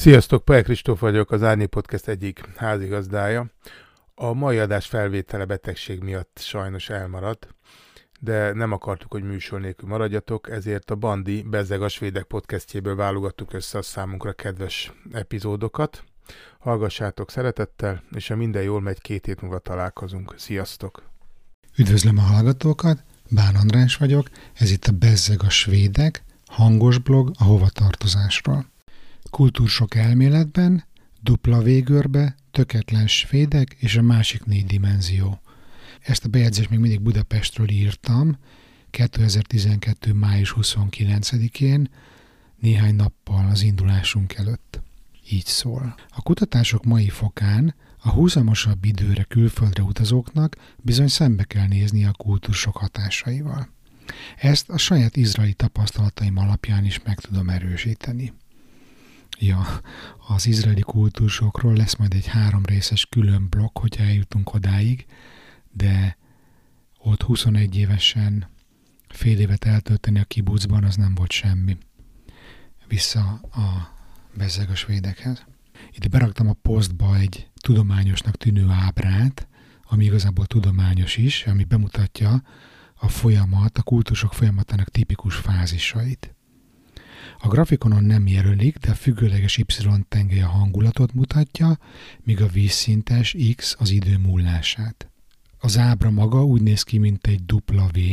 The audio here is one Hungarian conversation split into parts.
Sziasztok, Pál Kristóf vagyok, az Árnyék Podcast egyik házigazdája. A mai adás felvétele betegség miatt sajnos elmaradt, de nem akartuk, hogy műsor nélkül maradjatok, ezért a Bandi Bezzeg a Svédek podcastjéből válogattuk össze a számunkra kedves epizódokat. Hallgassátok szeretettel, és ha minden jól megy, 2 hét múlva találkozunk. Sziasztok! Üdvözlöm a hallgatókat, Bán András vagyok, ez itt a Bezzeg a Svédek, hangos blog a hovatartozásról. Kultúrsok elméletben, dupla végörbe, töketlen svédek és a másik 4 dimenzió. Ezt a bejegyzést még mindig Budapestről írtam, 2012. május 29-én, néhány nappal az indulásunk előtt. Így szól. A kutatások mai fokán a húzamosabb időre külföldre utazóknak bizony szembe kell nézni a kultúrsok hatásaival. Ezt a saját izraeli tapasztalataim alapján is meg tudom erősíteni. Ja, az izraeli kultúrsokról lesz majd egy 3 részes külön blokk, hogyha eljutunk odáig, de ott 21 évesen fél évet eltölteni a kibucban, az nem volt semmi. Vissza a Bezzeg a Svédekhez. Itt beraktam a posztba egy tudományosnak tűnő ábrát, ami igazából tudományos is, ami bemutatja a kultúrsok folyamatának tipikus fázisait. A grafikonon nem jelölik, de a függőleges Y-tengely a hangulatot mutatja, míg a vízszintes X az idő múlását. Az ábra maga úgy néz ki, mint egy dupla V,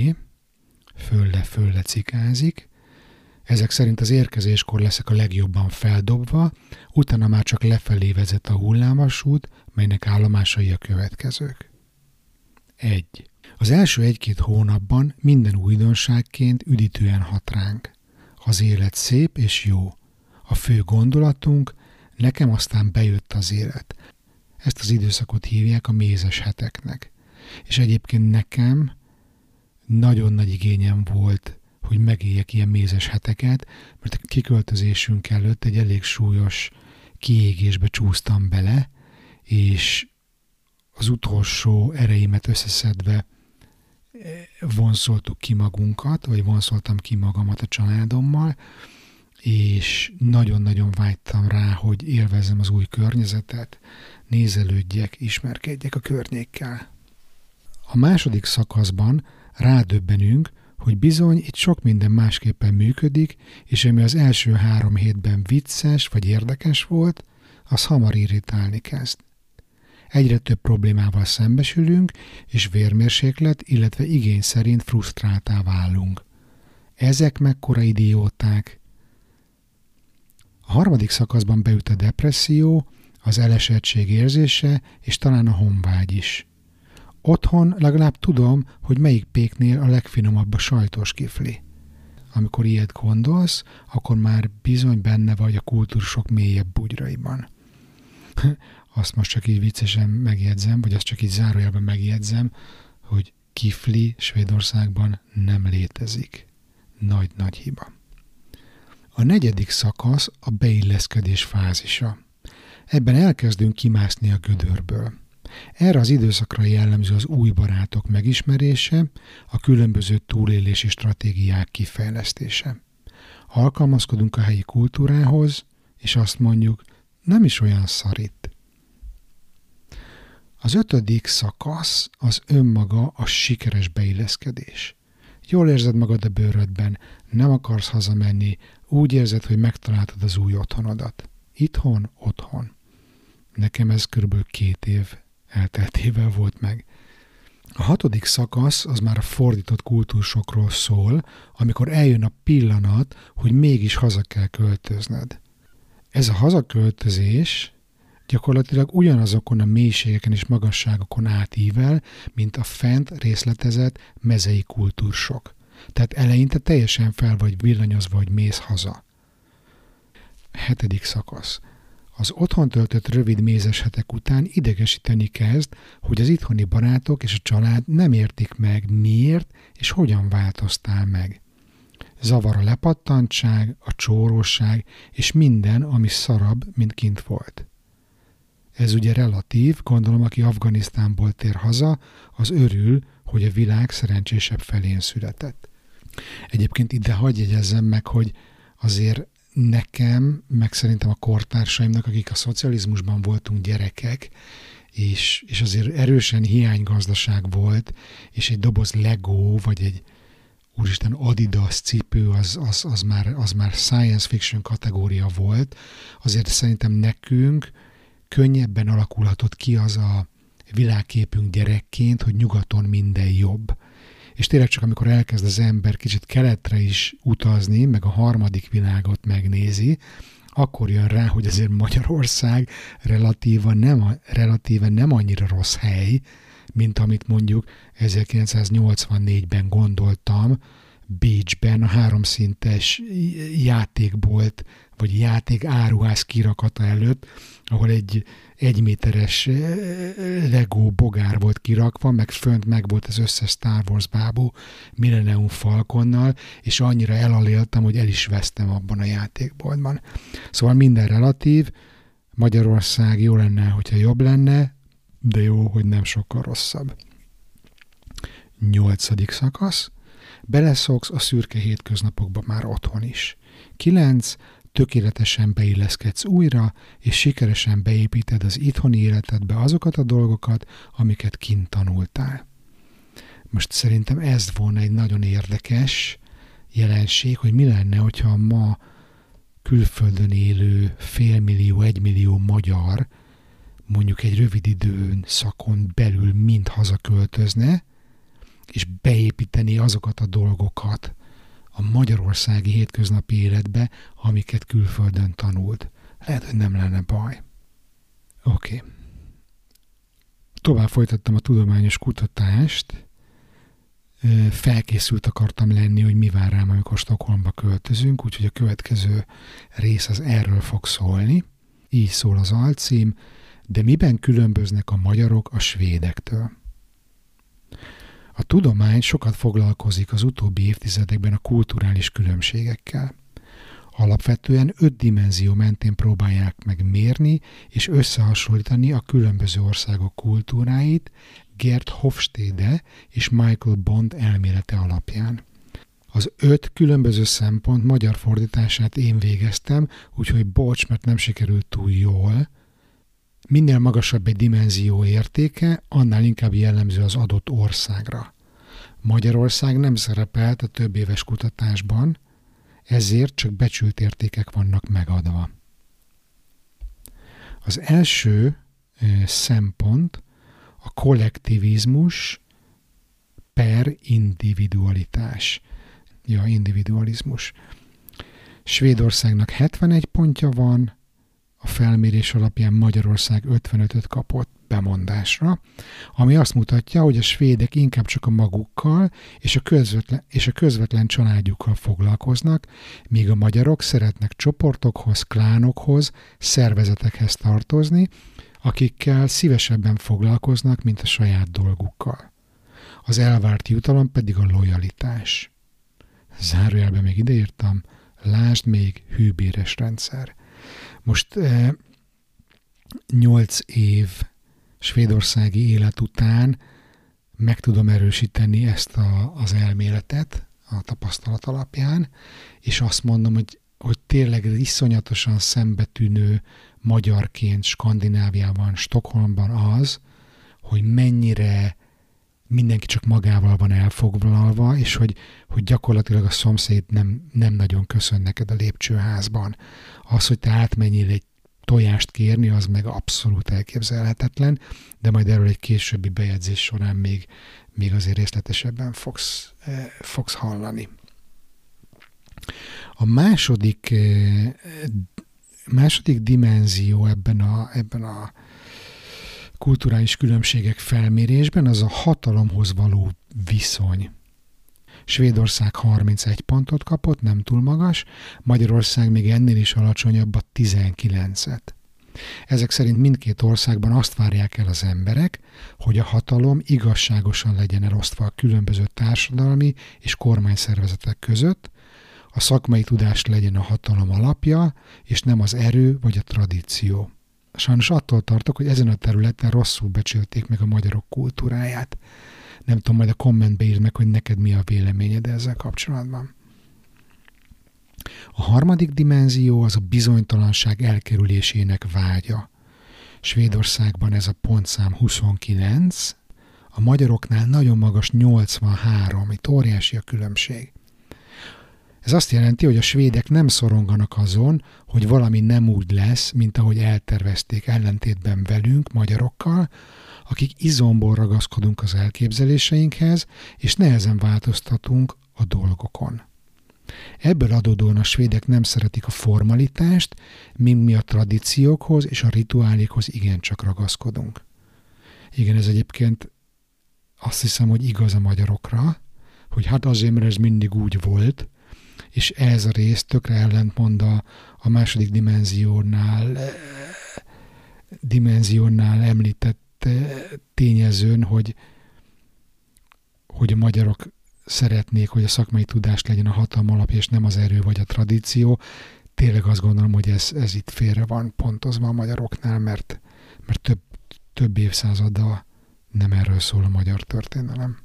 fölle cikázik. Ezek szerint az érkezéskor leszek a legjobban feldobva, utána már csak lefelé vezet a hullámvasút, melynek állomásai a következők. 1. Az első 1-2 hónapban minden újdonságként üdítően hat ránk. Az élet szép és jó. A fő gondolatunk, nekem aztán bejött az élet. Ezt az időszakot hívják a mézes heteknek. És egyébként nekem nagyon nagy igényem volt, hogy megéljek ilyen mézes heteket, mert a kiköltözésünk előtt egy elég súlyos kiégésbe csúsztam bele, és az utolsó ereimet összeszedve vonszoltuk ki magunkat, vagy vonszoltam ki magamat a családommal, és nagyon-nagyon vágytam rá, hogy élvezzem az új környezetet, nézelődjek, ismerkedjek a környékkel. A második szakaszban rádöbbenünk, hogy bizony itt sok minden másképpen működik, és ami az első 3 hétben vicces vagy érdekes volt, az hamar irritálni kezd. Egyre több problémával szembesülünk, és vérmérséklet, illetve igény szerint frusztráltá válunk. Ezek mekkora idióták! A harmadik szakaszban beüt a depresszió, az elesettség érzése, és talán a honvágy is. Otthon legalább tudom, hogy melyik péknél a legfinomabb a sajtos kifli. Amikor ilyet gondolsz, akkor már bizony benne vagy a kultúrsok mélyebb bugyraiban. Azt most csak így viccesen megjegyzem, vagy azt csak így zárójelben megjegyzem, hogy kifli Svédországban nem létezik. Nagy hiba. A 4. szakasz a beilleszkedés fázisa. Ebben elkezdünk kimászni a gödörből. Erre az időszakra jellemző az új barátok megismerése, a különböző túlélési stratégiák kifejlesztése. Alkalmazkodunk a helyi kultúrához, és azt mondjuk, nem is olyan szar itt. Az 5. szakasz az önmaga a sikeres beilleszkedés. Jól érzed magad a bőrödben, nem akarsz hazamenni, úgy érzed, hogy megtaláltad az új otthonodat. Itthon, otthon. Nekem ez körülbelül 2 év elteltével volt meg. A 6. szakasz az már a fordított kultúrsokról szól, amikor eljön a pillanat, hogy mégis haza kell költözned. Ez a hazaköltözés gyakorlatilag ugyanazokon a mélységeken és magasságokon átível, mint a fent részletezett mezei kultúrsok. Tehát eleinte teljesen fel vagy villanyozva, hogy mész haza. 7. szakasz. Az otthon töltött rövid mézes hetek után idegesíteni kezd, hogy az itthoni barátok és a család nem értik meg, miért és hogyan változtál meg. Zavar a lepattantság, a csóróság és minden, ami szarabb, mint kint volt. Ez ugye relatív, gondolom, aki Afganisztánból tér haza, az örül, hogy a világ szerencsésebb felén született. Egyébként ide hadd jegyezzem meg, hogy azért nekem, meg szerintem a kortársaimnak, akik a szocializmusban voltunk gyerekek, és azért erősen hiánygazdaság volt, és egy doboz Lego, vagy egy úristen Adidas cipő, az már science fiction kategória volt, azért szerintem nekünk könnyebben alakulhatott ki az a világképünk gyerekként, hogy nyugaton minden jobb. És tényleg csak amikor elkezd az ember kicsit keletre is utazni, meg a harmadik világot megnézi, akkor jön rá, hogy azért Magyarország relatíven nem annyira rossz hely, mint amit mondjuk 1984-ben gondoltam, Bécsben a 3-szintes játékbolt, vagy játék áruház kirakata előtt, ahol egy 1 méteres Lego bogár volt kirakva, meg fönt meg volt az összes Star Wars bábú Millennium Falconnal, és annyira elaléltem, hogy el is vesztem abban a játékboltban. Szóval minden relatív, Magyarország jó lenne, hogyha jobb lenne, de jó, hogy nem sokkal rosszabb. 8. szakasz. Beleszoksz a szürke hétköznapokba már otthon is. 9. Tökéletesen beilleszkedsz újra, és sikeresen beépíted az itthoni életedbe azokat a dolgokat, amiket kint tanultál. Most szerintem ez volna egy nagyon érdekes jelenség, hogy mi lenne, hogyha ma külföldön élő 500 000, 1 millió magyar mondjuk egy rövid időn szakon belül mind hazaköltözne, és beépíteni azokat a dolgokat a magyarországi hétköznapi életbe, amiket külföldön tanult. Lehet, hogy nem lenne baj. Oké. Tovább folytattam a tudományos kutatást. Felkészült akartam lenni, hogy mi vár rám, amikor Stockholmba költözünk, úgyhogy a következő rész az erről fog szólni. Így szól az alcím, de miben különböznek a magyarok a svédektől? A tudomány sokat foglalkozik az utóbbi évtizedekben a kulturális különbségekkel. Alapvetően 5 dimenzió mentén próbálják meg mérni és összehasonlítani a különböző országok kultúráit Gerd Hofstede és Michael Bond elmélete alapján. Az 5 különböző szempont magyar fordítását én végeztem, úgyhogy bocs, mert nem sikerült túl jól. Minél magasabb egy dimenzió értéke, annál inkább jellemző az adott országra. Magyarország nem szerepelt a több éves kutatásban, ezért csak becsült értékek vannak megadva. Az első szempont a kollektivizmus per individualitás. Individualizmus. Svédországnak 71 pontja van, a felmérés alapján Magyarország 55-öt kapott bemondásra, ami azt mutatja, hogy a svédek inkább csak a magukkal és a közvetlen családjukkal foglalkoznak, míg a magyarok szeretnek csoportokhoz, klánokhoz, szervezetekhez tartozni, akikkel szívesebben foglalkoznak, mint a saját dolgukkal. Az elvárt jutalom pedig a lojalitás. Zárójelben még ideírtam, lásd még hűbéres rendszer. Most 8 év svédországi élet után meg tudom erősíteni ezt az elméletet a tapasztalat alapján, és azt mondom, hogy tényleg iszonyatosan szembetűnő magyarként Skandináviában, Stockholmban az, hogy mennyire mindenki csak magával van elfoglalva, és hogy gyakorlatilag a szomszéd nem nagyon köszön neked a lépcsőházban. Az, hogy te átmenjél egy tojást kérni, az meg abszolút elképzelhetetlen, de majd erről egy későbbi bejegyzés során még azért részletesebben fogsz hallani. A második dimenzió ebben a kulturális különbségek felmérésben az a hatalomhoz való viszony. Svédország 31 pontot kapott, nem túl magas, Magyarország még ennél is alacsonyabb, a 19-et. Ezek szerint mindkét országban azt várják el az emberek, hogy a hatalom igazságosan legyen elosztva a különböző társadalmi és kormányszervezetek között, a szakmai tudás legyen a hatalom alapja, és nem az erő vagy a tradíció. Sajnos attól tartok, hogy ezen a területen rosszul becsülték meg a magyarok kultúráját. Nem tudom, majd a kommentbe írd meg, hogy neked mi a véleményed ezzel kapcsolatban. A harmadik dimenzió az a bizonytalanság elkerülésének vágya. Svédországban ez a pontszám 29, a magyaroknál nagyon magas 83, itt óriási a különbség. Ez azt jelenti, hogy a svédek nem szoronganak azon, hogy valami nem úgy lesz, mint ahogy eltervezték, ellentétben velünk, magyarokkal, akik izomból ragaszkodunk az elképzeléseinkhez, és nehezen változtatunk a dolgokon. Ebből adódóan a svédek nem szeretik a formalitást, míg mi a tradíciókhoz és a rituálékhoz igencsak ragaszkodunk. Igen, ez egyébként azt hiszem, hogy igaz a magyarokra, hogy hát azért, mert ez mindig úgy volt, és ez a rész tökre ellentmond a második dimenziónál említett tényezőn, hogy a magyarok szeretnék, hogy a szakmai tudás legyen a hatalom alapja, és nem az erő vagy a tradíció. Tényleg azt gondolom, hogy ez itt félre van pontozva a magyaroknál, mert több évszázaddal nem erről szól a magyar történelem.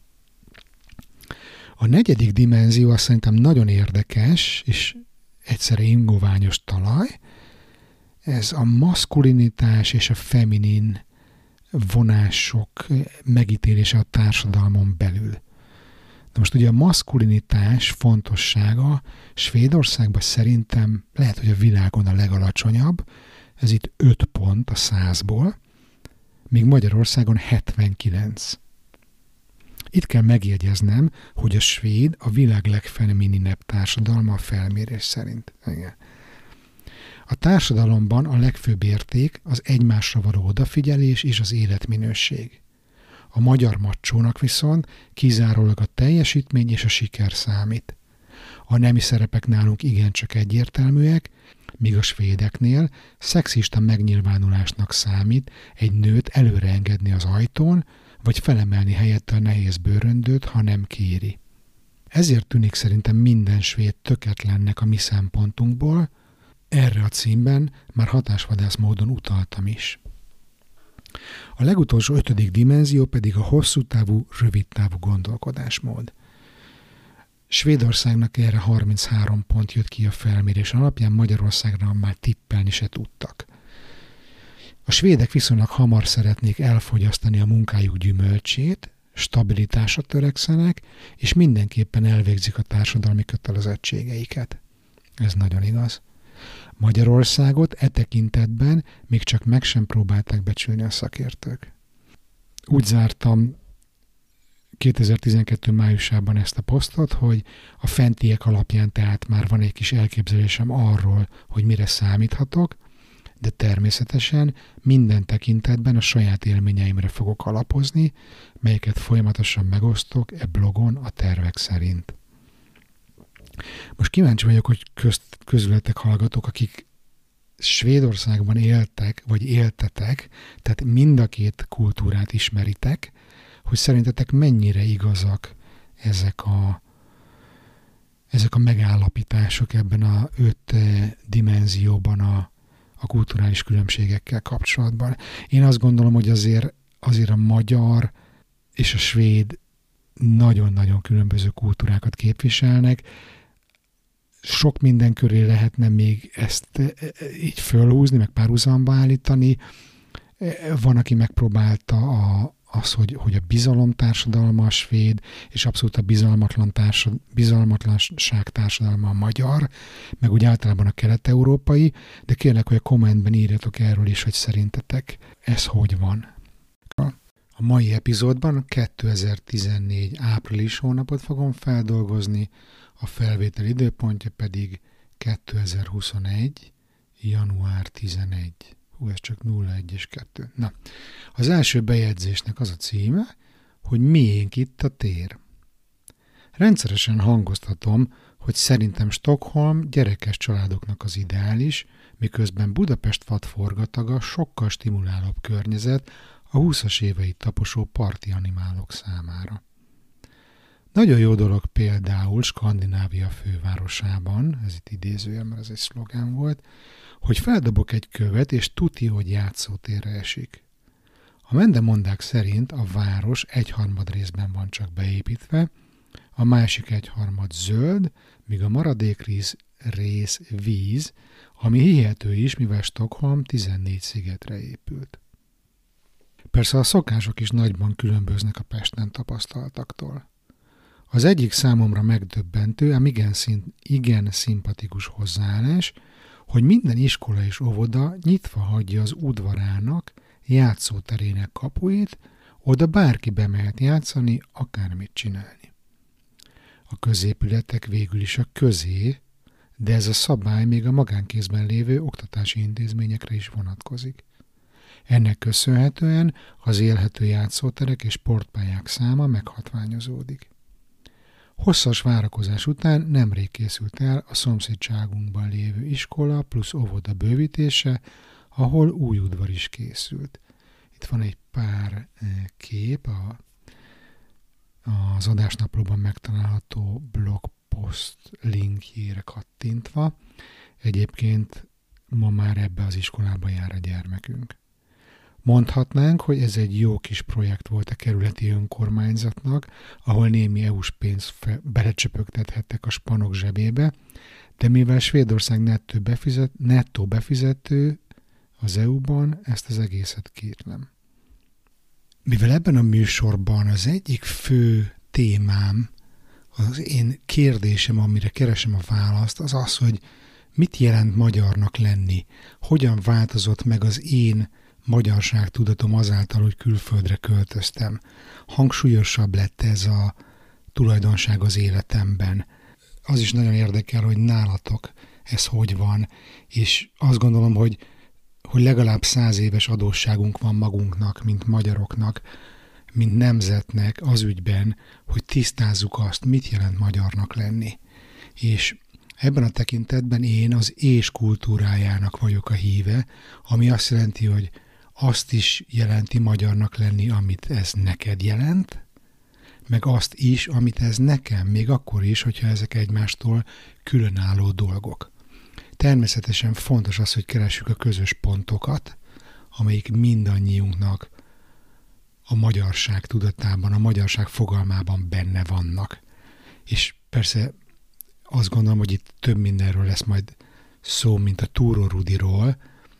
A negyedik dimenzió azt szerintem nagyon érdekes, és egyszerre ingoványos talaj. Ez a maszkulinitás és a feminin vonások megítélése a társadalmon belül. De most ugye a maszkulinitás fontossága Svédországban szerintem lehet, hogy a világon a legalacsonyabb, ez itt 5 pont a 100-ból, míg Magyarországon 79. Itt kell megjegyeznem, hogy a svéd a világ legfemininebb társadalma a felmérés szerint. Igen. A társadalomban a legfőbb érték az egymásra való odafigyelés és az életminőség. A magyar macsónak viszont kizárólag a teljesítmény és a siker számít. A nemi szerepek nálunk igencsak egyértelműek, míg a svédeknél szexista megnyilvánulásnak számít egy nőt előreengedni az ajtón, vagy felemelni helyette a nehéz bőröndöt, ha nem kéri. Ezért tűnik szerintem minden svéd tökéletlennek a mi szempontunkból, erre a címben már hatásvadász módon utaltam is. A legutolsó 5. dimenzió pedig a hosszú távú, rövid távú gondolkodásmód. Svédországnak erre 33 pont jött ki a felmérés alapján, Magyarországra már tippelni se tudtak. A svédek viszonylag hamar szeretnék elfogyasztani a munkájuk gyümölcsét, stabilitásra törekszenek, és mindenképpen elvégzik a társadalmi kötelezettségeiket. Ez nagyon igaz. Magyarországot e tekintetben még csak meg sem próbálták becsülni a szakértők. Úgy zártam 2012. májusában ezt a posztot, hogy a fentiek alapján tehát már van egy kis elképzelésem arról, hogy mire számíthatok, de természetesen minden tekintetben a saját élményeimre fogok alapozni, melyeket folyamatosan megosztok e blogon a tervek szerint. Most kíváncsi vagyok, hogy közületek hallgatók, akik Svédországban éltek, vagy éltetek, tehát mind a két kultúrát ismeritek, hogy szerintetek mennyire igazak ezek a megállapítások ebben a 5 dimenzióban a kulturális különbségekkel kapcsolatban. Én azt gondolom, hogy azért a magyar és a svéd nagyon-nagyon különböző kultúrákat képviselnek. Sok minden köré lehetne még ezt így fölhúzni, meg párhuzamba állítani. Van, aki megpróbálta az, hogy a bizalomtársadalma a svéd, és abszolút a bizalmatlanság társadalma a magyar, meg úgy általában a kelet-európai, de kérlek, hogy a kommentben írjatok erről is, hogy szerintetek ez hogy van. A mai epizódban 2014. április hónapot fogom feldolgozni, a felvétel időpontja pedig 2021. január 11. Ez csak 0, 1 és 2. Na, az első bejegyzésnek az a címe, hogy miénk itt a tér. Rendszeresen hangoztatom, hogy szerintem Stockholm gyerekes családoknak az ideális, miközben Budapest vadforgataga sokkal stimulálóbb környezet a 20-as éveit taposó parti animálok számára. Nagyon jó dolog például Skandinávia fővárosában, ez itt idézőjel, mert ez egy szlogán volt, hogy feldobok egy követ, és tuti, hogy játszótérre esik. A mendemondák szerint a város 1/3 részben van csak beépítve, a másik egyharmad zöld, míg a maradék rész víz, ami hihető is, mivel Stockholm 14 szigetre épült. Persze a szokások is nagyban különböznek a Pesten tapasztaltaktól. Az egyik számomra megdöbbentő, ám igen szimpatikus hozzáállás, hogy minden iskola és óvoda nyitva hagyja az udvarának, játszóterének kapuit, oda bárki bemehet játszani, akármit csinálni. A középületek végül is a közé, de ez a szabály még a magánkézben lévő oktatási intézményekre is vonatkozik. Ennek köszönhetően az élhető játszóterek és sportpályák száma meghatványozódik. Hosszas várakozás után nemrég készült el a szomszédságunkban lévő iskola plusz óvoda bővítése, ahol új udvar is készült. Itt van egy pár kép az adásnaplóban megtalálható blogpost linkjére kattintva. Egyébként ma már ebbe az iskolába jár a gyermekünk. Mondhatnánk, hogy ez egy jó kis projekt volt a kerületi önkormányzatnak, ahol némi EU-s pénzt belecsöpögtethettek a spanok zsebébe, de mivel Svédország nettó befizető az EU-ban, ezt az egészet kétlem. Mivel ebben a műsorban az egyik fő témám, az én kérdésem, amire keresem a választ, az az, hogy mit jelent magyarnak lenni, hogyan változott meg az én magyarságtudatom azáltal, hogy külföldre költöztem. Hangsúlyosabb lett ez a tulajdonság az életemben. Az is nagyon érdekel, hogy nálatok ez hogy van, és azt gondolom, hogy legalább 100 éves adósságunk van magunknak, mint magyaroknak, mint nemzetnek az ügyben, hogy tisztázzuk azt, mit jelent magyarnak lenni. És ebben a tekintetben én az és kultúrájának vagyok a híve, ami azt jelenti, hogy azt is jelenti magyarnak lenni, amit ez neked jelent, meg azt is, amit ez nekem, még akkor is, hogyha ezek egymástól különálló dolgok. Természetesen fontos az, hogy keressük a közös pontokat, amelyik mindannyiunknak a magyarság tudatában, a magyarság fogalmában benne vannak. És persze azt gondolom, hogy itt több mindenről lesz majd szó, mint a Túró Rudiról,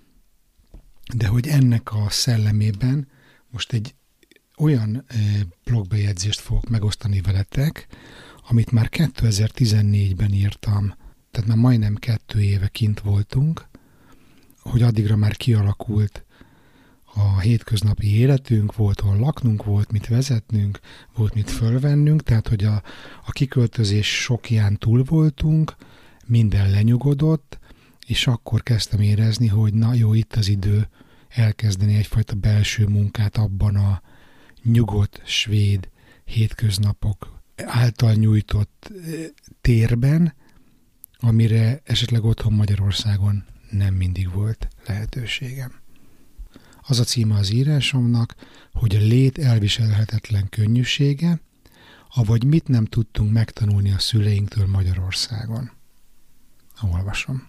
de hogy ennek a szellemében most egy olyan blogbejegyzést fogok megosztani veletek, amit már 2014-ben írtam, tehát már majdnem 2 éve kint voltunk, hogy addigra már kialakult a hétköznapi életünk, volt hol laknunk, volt mit vezetnünk, volt mit fölvennünk, tehát hogy a kiköltözés sokján túl voltunk, minden lenyugodott, és akkor kezdtem érezni, hogy na jó, itt az idő elkezdeni egyfajta belső munkát abban a nyugodt svéd hétköznapok által nyújtott térben, amire esetleg otthon Magyarországon nem mindig volt lehetőségem. Az a címe az írásomnak, hogy a lét elviselhetetlen könnyűsége, avagy mit nem tudtunk megtanulni a szüleinktől Magyarországon. Olvasom.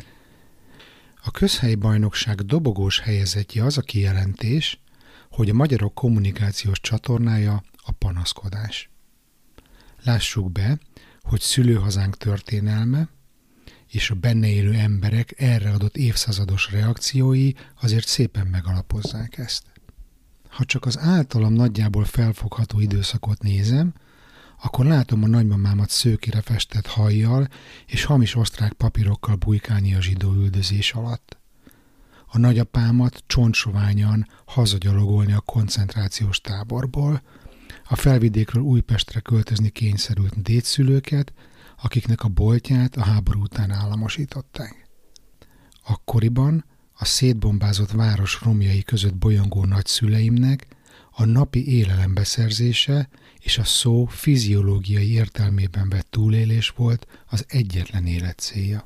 A közhelyi bajnokság dobogós helyezettje az a kijelentés, hogy a magyarok kommunikációs csatornája a panaszkodás. Lássuk be, hogy szülőhazánk történelme és a benne élő emberek erre adott évszázados reakciói azért szépen megalapozzák ezt. Ha csak az általam nagyjából felfogható időszakot nézem, akkor látom a nagymamámat szőkére festett hajjal és hamis osztrák papírokkal bujkálni a zsidó üldözés alatt. A nagyapámat csontsoványan hazagyalogolni a koncentrációs táborból, a felvidékről Újpestre költözni kényszerült dédszülőket, akiknek a boltját a háború után államosították. Akkoriban a szétbombázott város romjai között bolyongó nagyszüleimnek a napi élelem beszerzése és a szó fiziológiai értelmében vett túlélés volt az egyetlen életcélja.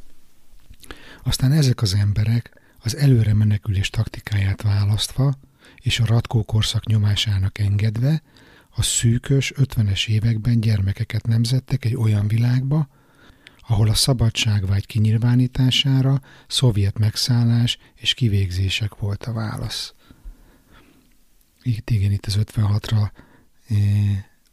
Aztán ezek az emberek az előre menekülés taktikáját választva és a Ratkó korszak nyomásának engedve a szűkös 50-es években gyermekeket nemzettek egy olyan világba, ahol a szabadságvágy kinyilvánítására szovjet megszállás és kivégzések volt a válasz. Itt az 56-ra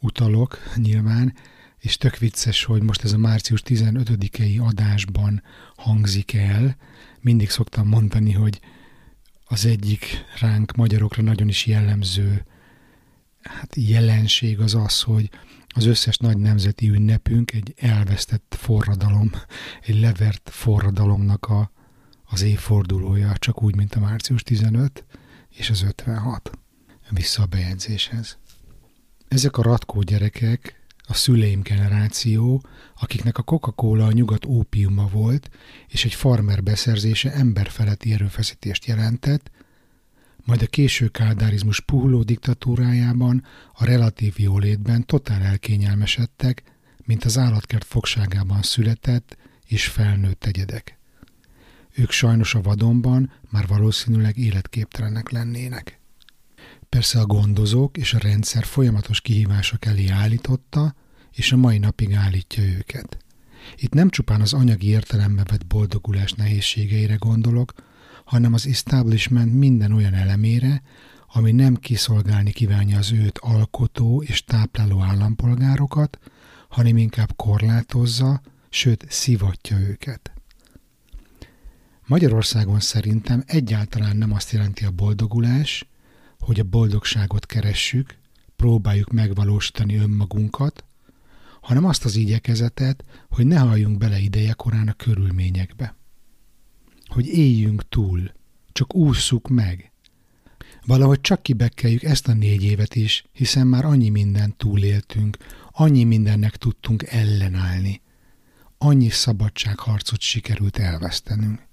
utalok nyilván, és tök vicces, hogy most ez a március 15-i adásban hangzik el. Mindig szoktam mondani, hogy az egyik ránk magyarokra nagyon is jellemző jelenség az, hogy az összes nagy nemzeti ünnepünk egy elvesztett forradalom, egy levert forradalomnak az évfordulója, csak úgy, mint a március 15 és az 56. Vissza a bejegyzéshez. Ezek a ratkó gyerekek, a szüleim generáció, akiknek a Coca-Cola a nyugat ópiuma volt, és egy farmer beszerzése emberfeletti erőfeszítést jelentett, majd a késő kádárizmus puhuló diktatúrájában a relatív jólétben totál elkényelmesedtek, mint az állatkert fogságában született és felnőtt egyedek. Ők sajnos a vadonban már valószínűleg életképtelenek lennének. Persze a gondozók és a rendszer folyamatos kihívások elé állította, és a mai napig állítja őket. Itt nem csupán az anyagi értelembe vett boldogulás nehézségeire gondolok, hanem az establishment minden olyan elemére, ami nem kiszolgálni kívánja az őt alkotó és tápláló állampolgárokat, hanem inkább korlátozza, sőt szivatja őket. Magyarországon szerintem egyáltalán nem azt jelenti a boldogulás, hogy a boldogságot keressük, próbáljuk megvalósítani önmagunkat, hanem azt az igyekezetet, hogy ne halljunk bele idejekorán a körülményekbe. Hogy éljünk túl, csak ússzuk meg. Valahogy csak kibekkeljük ezt a 4 évet is, hiszen már annyi mindent túléltünk, annyi mindennek tudtunk ellenállni. Annyi szabadságharcot sikerült elvesztenünk.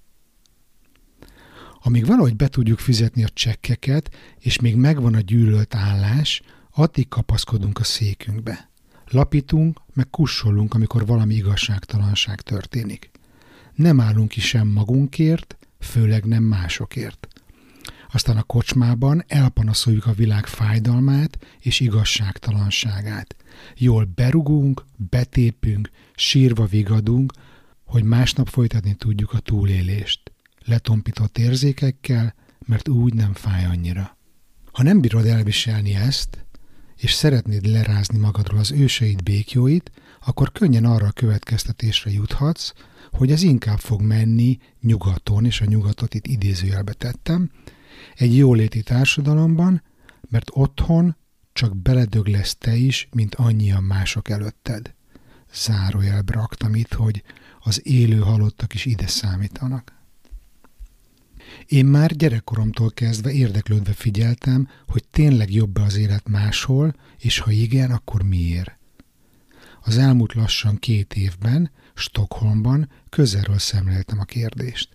Amíg valahogy be tudjuk fizetni a csekkeket, és még megvan a gyűlölt állás, addig kapaszkodunk a székünkbe. Lapítunk, meg kussolunk, amikor valami igazságtalanság történik. Nem állunk ki sem magunkért, főleg nem másokért. Aztán a kocsmában elpanaszoljuk a világ fájdalmát és igazságtalanságát. Jól berugunk, betépünk, sírva vigadunk, hogy másnap folytatni tudjuk a túlélést. Letompított érzékekkel, mert úgy nem fáj annyira. Ha nem bírod elviselni ezt, és szeretnéd lerázni magadról az őseid békjóit, akkor könnyen arra a következtetésre juthatsz, hogy ez inkább fog menni nyugaton, és a nyugatot itt idézőjelbe tettem, egy jóléti társadalomban, mert otthon csak beledög lesz te is, mint annyian mások előtted. Zárójelbe raktam itt, hogy az élő halottak is ide számítanak. Én már gyerekkoromtól kezdve érdeklődve figyeltem, hogy tényleg jobb az élet máshol, és ha igen, akkor miért. Az elmúlt lassan 2 évben, Stockholmban közelről szemléltem a kérdést.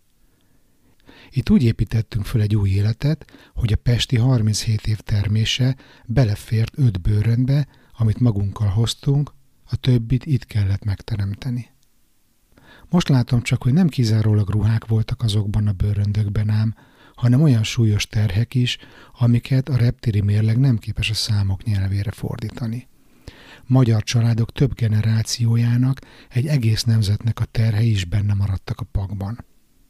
Itt úgy építettünk föl egy új életet, hogy a pesti 37 év termése belefért 5 bőrönbe, amit magunkkal hoztunk, a többit itt kellett megteremteni. Most látom csak, hogy nem kizárólag ruhák voltak azokban a bőröndökben ám, hanem olyan súlyos terhek is, amiket a reptéri mérleg nem képes a számok nyelvére fordítani. Magyar családok több generációjának, egy egész nemzetnek a terhei is benne maradtak a pakban.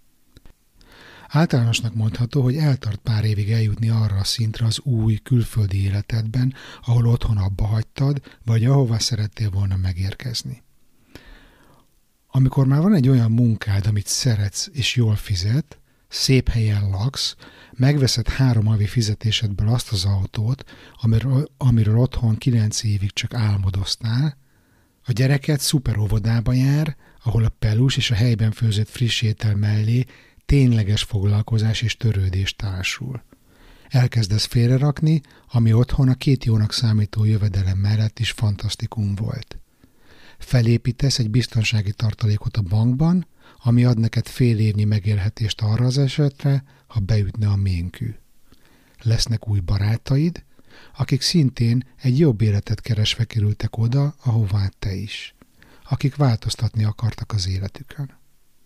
Általánosnak mondható, hogy eltart pár évig eljutni arra a szintre az új külföldi életedben, ahol otthon abba hagytad, vagy ahova szerettél volna megérkezni. Amikor már van egy olyan munkád, amit szeretsz és jól fizet, szép helyen laksz, megveszed 3 havi fizetésedből azt az autót, amiről otthon 9 évig csak álmodoztál, a gyereket szuper óvodába jár, ahol a pelus és a helyben főzött friss étel mellé tényleges foglalkozás és törődés társul. Elkezdesz félrerakni, ami otthon a 2 jónak számító jövedelem mellett is fantasztikum volt. Felépítesz egy biztonsági tartalékot a bankban, ami ad neked fél évnyi megélhetést arra az esetre, ha beütne a ménkű. Lesznek új barátaid, akik szintén egy jobb életet keresve kerültek oda, ahová te is, akik változtatni akartak az életükön.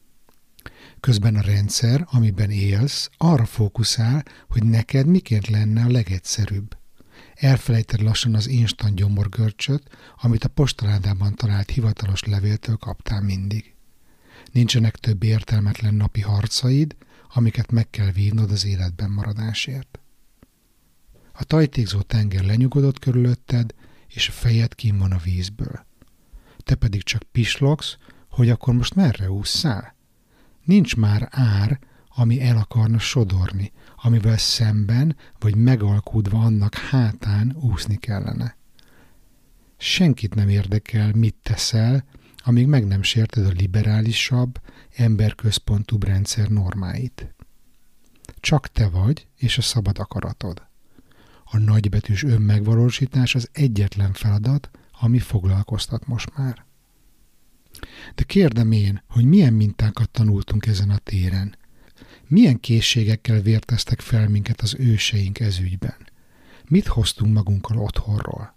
Közben a rendszer, amiben élsz, arra fókuszál, hogy neked miként lenne a legegyszerűbb. Elfelejted lassan az instant gyomorgörcsöt, amit a postaládában talált hivatalos levéltől kaptál mindig. Nincsenek több értelmetlen napi harcaid, amiket meg kell vívnod az életben maradásért. A tajtékzó tenger lenyugodott körülötted, és a fejed kín van a vízből. Te pedig csak pislogsz, hogy akkor most merre ússzál? Nincs már ár, ami el akarna sodorni, amivel szemben vagy megalkudva annak hátán úszni kellene. Senkit nem érdekel, mit teszel, amíg meg nem sérted a liberálisabb, emberközpontúbb rendszer normáit. Csak te vagy, és a szabad akaratod. A nagybetűs önmegvalósítás az egyetlen feladat, ami foglalkoztat most már. De kérdem én, hogy milyen mintákat tanultunk ezen a téren? Milyen készségekkel vérteztek fel minket az őseink ez ügyben? Mit hoztunk magunkkal otthonról?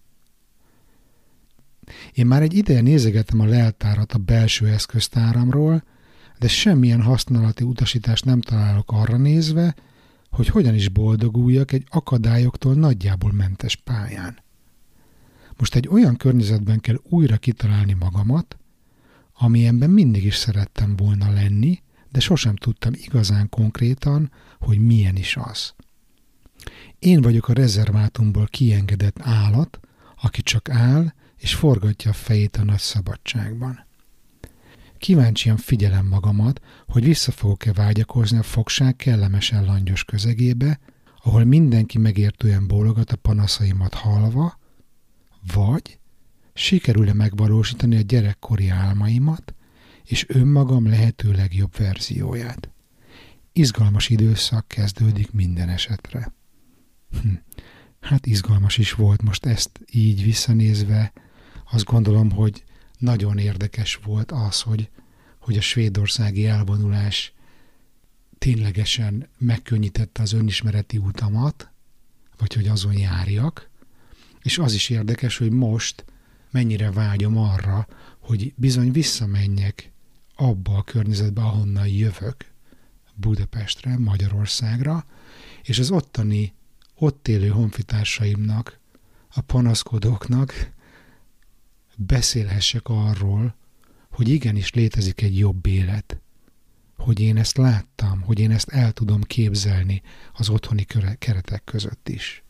Én már egy ideje nézegetem a leltárat a belső eszköztáramról, de semmilyen használati utasítást nem találok arra nézve, hogy hogyan is boldoguljak egy akadályoktól nagyjából mentes pályán. Most egy olyan környezetben kell újra kitalálni magamat, amilyenben mindig is szerettem volna lenni, de sosem tudtam igazán konkrétan, hogy milyen is az. Én vagyok a rezervátumból kiengedett állat, aki csak áll és forgatja a fejét a nagy szabadságban. Kíváncsian figyelem magamat, hogy vissza fogok-e vágyakozni a fogság kellemesen langyos közegébe, ahol mindenki megértően bólogat a panaszaimat hallva, vagy sikerül-e megvalósítani a gyerekkori álmaimat, és önmagam lehető legjobb verzióját. Izgalmas időszak kezdődik minden esetre. Hát izgalmas is volt most ezt így visszanézve. Azt gondolom, hogy nagyon érdekes volt az, hogy a svédországi elvonulás ténylegesen megkönnyítette az önismereti utamat, vagy hogy azon járjak. És az is érdekes, hogy most mennyire vágyom arra, hogy bizony visszamenjek abba a környezetbe, ahonnan jövök, Budapestre, Magyarországra, és az ott élő honfitársaimnak, a panaszkodóknak beszélhessek arról, hogy igenis létezik egy jobb élet, hogy én ezt láttam, hogy én ezt el tudom képzelni az otthoni keretek között is.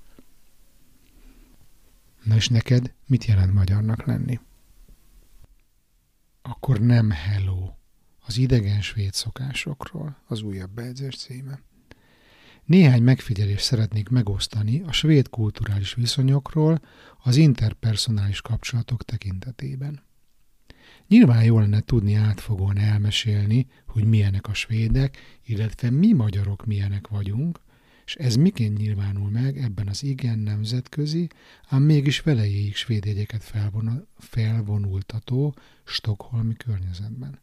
Na és neked mit jelent magyarnak lenni? Akkor nem hello, az idegen svéd szokásokról az újabb bejegyzés címe. Néhány megfigyelést szeretnék megosztani a svéd kulturális viszonyokról az interpersonális kapcsolatok tekintetében. Nyilván jól lenne tudni átfogóan elmesélni, hogy milyenek a svédek, illetve mi magyarok milyenek vagyunk, és ez miként nyilvánul meg ebben az igen nemzetközi, ám mégis velejéig svéd jegyeket felvonultató stockholmi környezetben.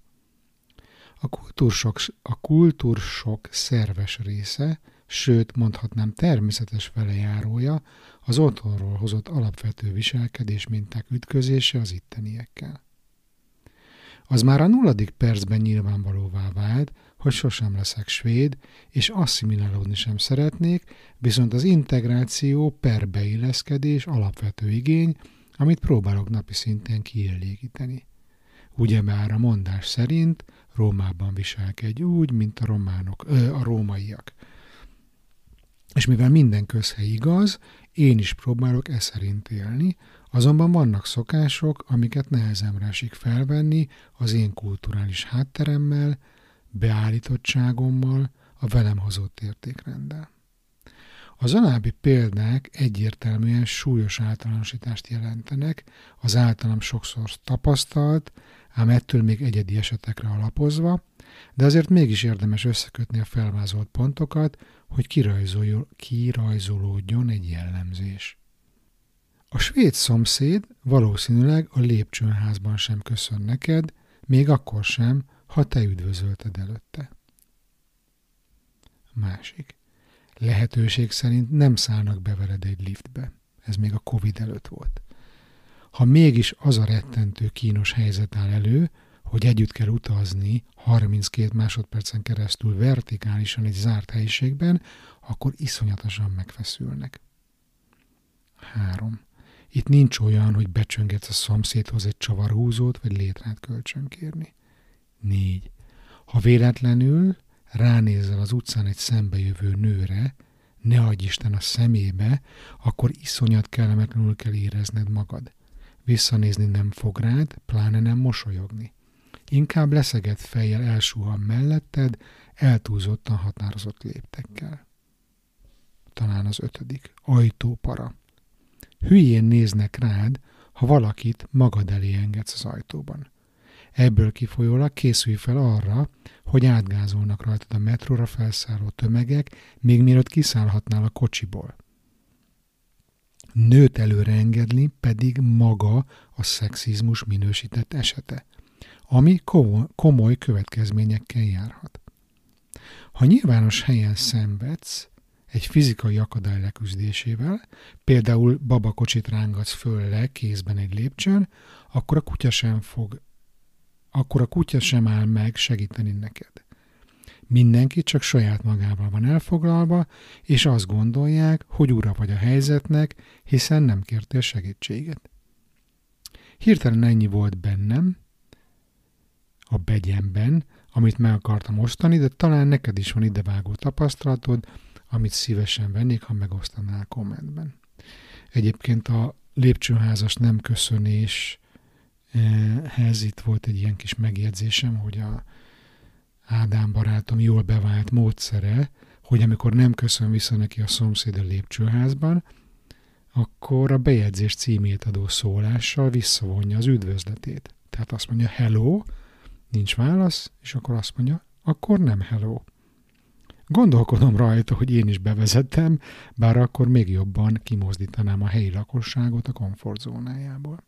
A kultúrsok szerves része, sőt mondhatnám természetes velejárója az otthonról hozott alapvető viselkedés minták ütközése az itteniekkel. Az már a 0. percben nyilvánvalóvá vált, hogy sosem leszek svéd, és asszimilálódni sem szeretnék, viszont az integráció per beilleszkedés alapvető igény, amit próbálok napi szinten kielégíteni. Ugyebár a mondás szerint Rómában viselkedj úgy, mint a rómaiak. És mivel minden közhely igaz, én is próbálok e szerint élni, azonban vannak szokások, amiket nehezemre esik felvenni az én kulturális hátteremmel, beállítottságommal, a velem hozott értékrenddel. Az alábbi példák egyértelműen súlyos általánosítást jelentenek, az általam sokszor tapasztalt, ám ettől még egyedi esetekre alapozva, de azért mégis érdemes összekötni a felvázolt pontokat, hogy kirajzolódjon egy jellemzés. A svéd szomszéd valószínűleg a lépcsőházban sem köszön neked, még akkor sem, ha te üdvözölted előtte. Másik. Lehetőség szerint nem szállnak be veled egy liftbe. Ez még a Covid előtt volt. Ha mégis az a rettentő kínos helyzet áll elő, hogy együtt kell utazni 32 másodpercen keresztül vertikálisan egy zárt helyiségben, akkor iszonyatosan megfeszülnek. 3. Itt nincs olyan, hogy becsöngetsz a szomszédhoz egy csavarhúzót, vagy létrát kölcsönkérni. 4. Ha véletlenül ránézel az utcán egy szembejövő nőre, ne adj Isten a szemébe, akkor iszonyat kellemetlenül kell érezned magad. Visszanézni nem fog rád, pláne nem mosolyogni. Inkább leszegett fejjel elsuhan melletted, eltúlzottan határozott léptekkel. Talán az 5. Ajtópara. Hülyén néznek rád, ha valakit magad elé engedsz az ajtóban. Ebből kifolyólag készülj fel arra, hogy átgázolnak rajtad a metróra felszálló tömegek, még mielőtt kiszállhatnál a kocsiból. Nőt előre engedni pedig maga a szexizmus minősített esete, ami komoly következményekkel járhat. Ha nyilvános helyen szenvedsz egy fizikai akadály leküzdésével, például babakocsit rángatsz föl le kézben egy lépcsőn, akkor a kutya sem áll meg segíteni neked. Mindenki csak saját magával van elfoglalva, és azt gondolják, hogy ura vagy a helyzetnek, hiszen nem kértél segítséget. Hirtelen ennyi volt bennem, a begyemben, amit meg akartam osztani, de talán neked is van idevágó tapasztalatod, amit szívesen vennék, ha megosztanál kommentben. Egyébként a lépcsőházas nem köszönéshez itt volt egy ilyen kis megjegyzésem, hogy a Ádám barátom jól bevált módszere, hogy amikor nem köszön vissza neki a szomszéd a lépcsőházban, akkor a bejegyzés címét adó szólással visszavonja az üdvözletét. Tehát azt mondja hello, nincs válasz, és akkor azt mondja, akkor nem hello. Gondolkodom rajta, hogy én is bevezettem, bár akkor még jobban kimozdítanám a helyi lakosságot a komfortzónájából.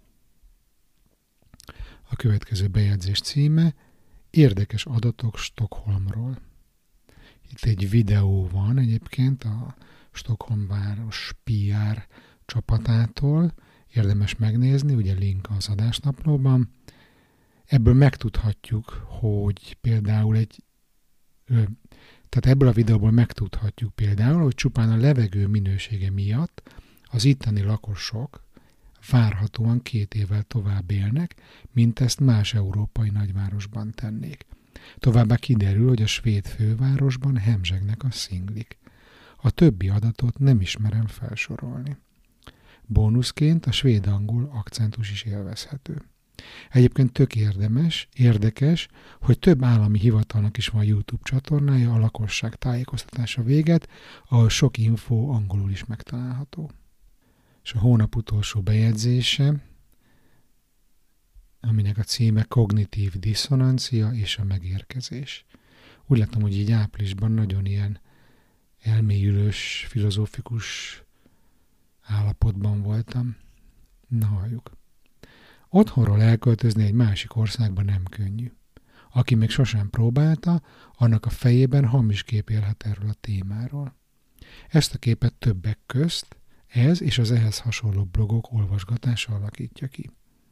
A következő bejegyzés címe Érdekes adatok Stockholmról. Itt egy videó van egyébként a Stockholm város PR csapatától. Érdemes megnézni, ugye link az adásnaplóban. Ebből megtudhatjuk, hogy például tehát ebből a videóból megtudhatjuk például, hogy csupán a levegő minősége miatt az itteni lakosok várhatóan 2 évvel tovább élnek, mint ezt más európai nagyvárosban tennék. Továbbá kiderül, hogy a svéd fővárosban hemzsegnek a szinglik. A többi adatot nem ismerem felsorolni. Bónuszként a svéd-angol akcentus is élvezhető. Egyébként tök érdekes, hogy több állami hivatalnak is van YouTube csatornája a lakosság tájékoztatása véget, ahol sok infó angolul is megtalálható. És a hónap utolsó bejegyzése, aminek a címe Kognitív diszonancia és a megérkezés. Úgy látom, hogy így áprilisban nagyon ilyen elmélyülős, filozófikus állapotban voltam. Na halljuk. Otthonról elköltözni egy másik országba nem könnyű. Aki még sosem próbálta, annak a fejében hamis kép élhet erről a témáról. Ezt a képet többek közt ez és az ehhez hasonló blogok olvasgatása alakítja ki.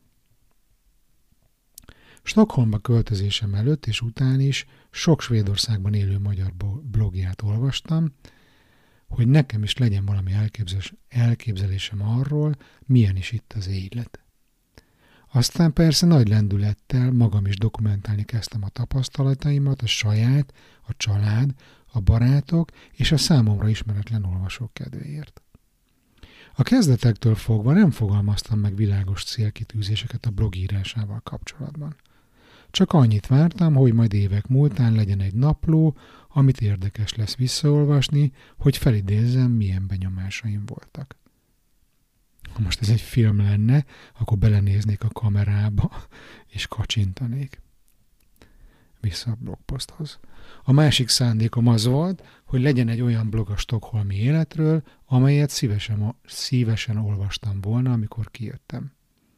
Stockholmba költözésem előtt és után is sok Svédországban élő magyar blogját olvastam, hogy nekem is legyen valami elképzelésem arról, milyen is itt az élet. Aztán persze nagy lendülettel magam is dokumentálni kezdtem a tapasztalataimat, a saját, a család, a barátok és a számomra ismeretlen olvasók kedvéért. A kezdetektől fogva nem fogalmaztam meg világos célkitűzéseket a blog írásával kapcsolatban. Csak annyit vártam, hogy majd évek múltán legyen egy napló, amit érdekes lesz visszaolvasni, hogy felidézzem, milyen benyomásaim voltak. Ha most ez egy film lenne, akkor belenéznék a kamerába, és kacsintanék. Vissza a blogposzthoz. A másik szándékom az volt, hogy legyen egy olyan blog a stockholmi életről, amelyet szívesen olvastam volna, amikor kijöttem.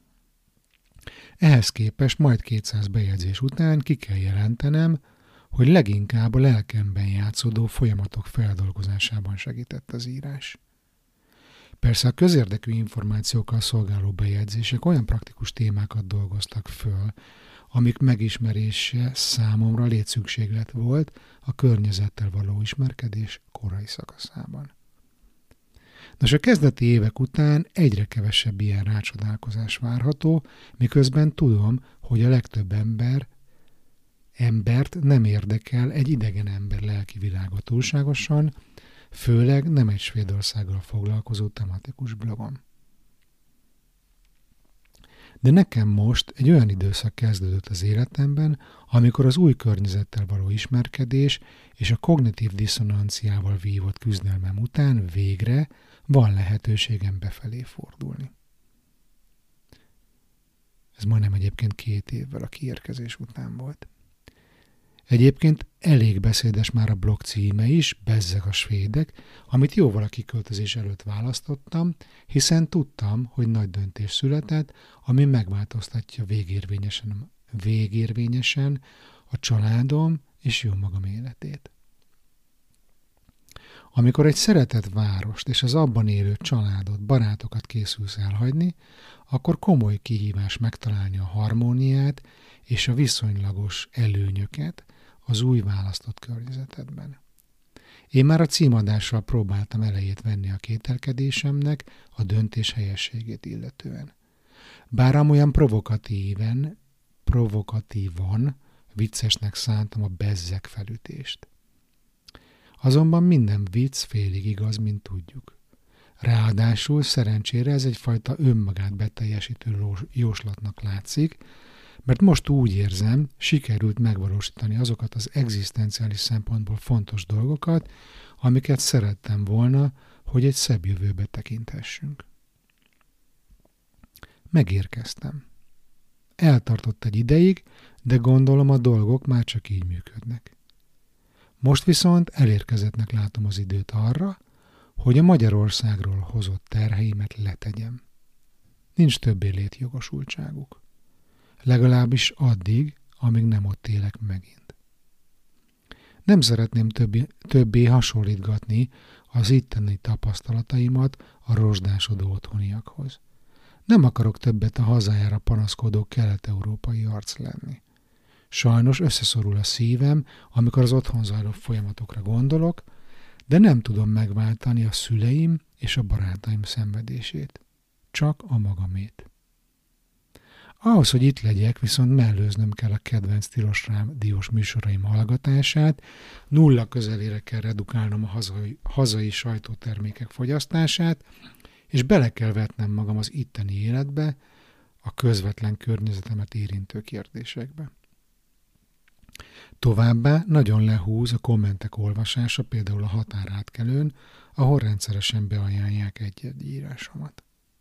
Ehhez képest majd 200 bejegyzés után ki kell jelentenem, hogy leginkább a lelkemben játszódó folyamatok feldolgozásában segített az írás. Persze a közérdekű információkkal szolgáló bejegyzések olyan praktikus témákat dolgoztak föl, amik megismerése számomra létszükséglet volt a környezettel való ismerkedés korai szakaszában. Nos, a kezdeti évek után egyre kevesebb ilyen rácsodálkozás várható, miközben tudom, hogy a legtöbb embert nem érdekel egy idegen ember lelki világa túlságosan, főleg nem egy Svédországgal foglalkozó tematikus blogon. De nekem most egy olyan időszak kezdődött az életemben, amikor az új környezettel való ismerkedés és a kognitív diszonanciával vívott küzdelmem után végre van lehetőségem befelé fordulni. Ez majdnem egyébként 2 évvel a kiérkezés után volt. Egyébként elég beszédes már a blog címe is, Bezzeg a svédek, amit jóval a kiköltözés előtt választottam, hiszen tudtam, hogy nagy döntés született, ami megváltoztatja végérvényesen a családom és jó magam életét. Amikor egy szeretett várost és az abban élő családot, barátokat készülsz elhagyni, akkor komoly kihívás megtalálni a harmóniát és a viszonylagos előnyöket az új választott környezetedben. Én már a címadással próbáltam elejét venni a kételkedésemnek a döntés helyességét illetően. Bár amolyan provokatívan viccesnek szántam a bezzeg felütést. Azonban minden vicc félig igaz, mint tudjuk. Ráadásul szerencsére ez egyfajta önmagát beteljesítő jóslatnak látszik, mert most úgy érzem, sikerült megvalósítani azokat az egzisztenciális szempontból fontos dolgokat, amiket szerettem volna, hogy egy szebb jövőbe tekinthessünk. Megérkeztem. Eltartott egy ideig, de gondolom a dolgok már csak így működnek. Most viszont elérkezettnek látom az időt arra, hogy a Magyarországról hozott terheimet letegyem. Nincs többé létjogosultságuk. Legalábbis addig, amíg nem ott élek megint. Nem szeretném többé hasonlítgatni az itteni tapasztalataimat a rozsdásodó otthoniakhoz. Nem akarok többet a hazájára panaszkodó kelet-európai arc lenni. Sajnos összeszorul a szívem, amikor az otthon zajló folyamatokra gondolok, de nem tudom megváltani a szüleim és a barátaim szenvedését. Csak a magamét. Ahhoz, hogy itt legyek, viszont mellőznöm kell a kedvenc tilos rádiós műsoraim hallgatását, nulla közelére kell redukálnom a hazai sajtótermékek fogyasztását, és bele kell vetnem magam az itteni életbe, a közvetlen környezetemet érintő kérdésekbe. Továbbá nagyon lehúz a kommentek olvasása, például a határátkelőn, ahol rendszeresen beajánlják egy-egy írásomat.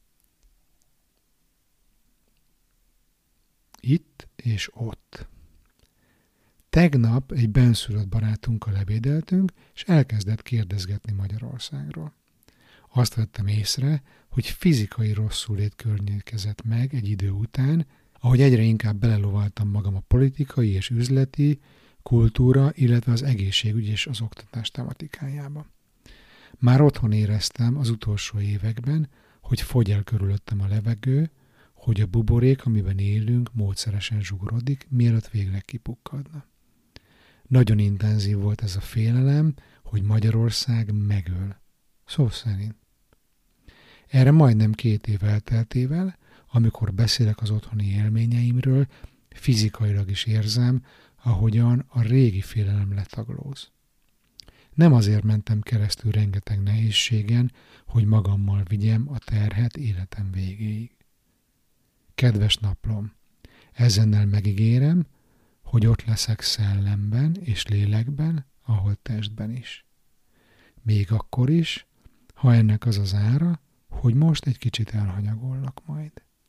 Itt és ott. Tegnap egy benszülött barátunkkal ebédeltünk, és elkezdett kérdezgetni Magyarországról. Azt vettem észre, hogy fizikai rosszulét környékezett meg egy idő után, ahogy egyre inkább belelovaltam magam a politikai és üzleti, kultúra, illetve az egészségügy és az oktatás tematikájába. Már otthon éreztem az utolsó években, hogy fogy el körülöttem a levegő, hogy a buborék, amiben élünk, módszeresen zsugorodik, mielőtt végleg kipukkadna. Nagyon intenzív volt ez a félelem, hogy Magyarország megöl. Szó szerint. Erre majdnem 2 év elteltével, amikor beszélek az otthoni élményeimről, fizikailag is érzem, ahogyan a régi félelem letaglóz. Nem azért mentem keresztül rengeteg nehézségen, hogy magammal vigyem a terhet életem végéig. Kedves naplom, ezennel megígérem, hogy ott leszek szellemben és lélekben, ahol testben is. Még akkor is, ha ennek az az ára, hogy most egy kicsit elhanyagollak majd.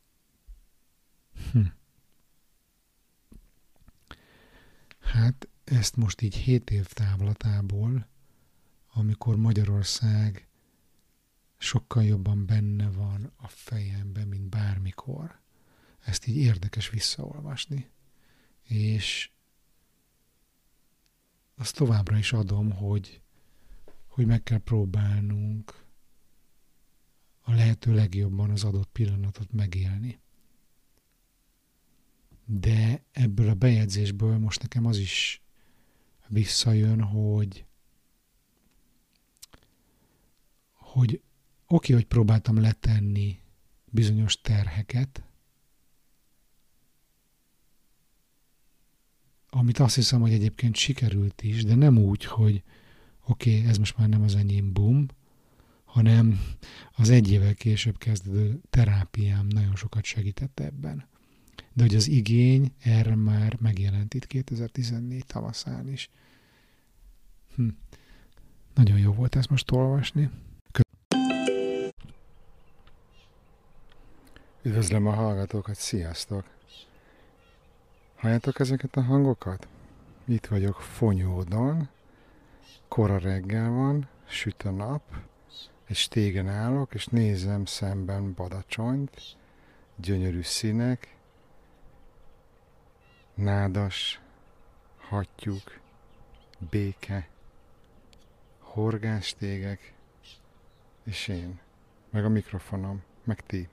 Hát ezt most így 7 év távlatából, amikor Magyarország sokkal jobban benne van a fejemben, mint bármikor, ezt így érdekes visszaolvasni. És azt továbbra is adom, hogy meg kell próbálnunk a lehető legjobban az adott pillanatot megélni. De ebből a bejegyzésből most nekem az is visszajön, hogy oké, hogy próbáltam letenni bizonyos terheket, amit azt hiszem, hogy egyébként sikerült is, de nem úgy, hogy oké, ez most már nem az enyém, bum, hanem az 1 évvel később kezdődő terápiám nagyon sokat segített ebben. De hogy az igény erre már megjelent itt 2014 tavaszán is. Nagyon jó volt ezt most olvasni. Üdvözlöm a hallgatókat, sziasztok! Halljátok ezeket a hangokat? Itt vagyok Fonyódon, kora reggel van, süt a nap, egy stégen állok, és nézem szemben Badacsonyt, gyönyörű színek, nádas, hattyúk, béke, horgástégek, és én, meg a mikrofonom, meg ti.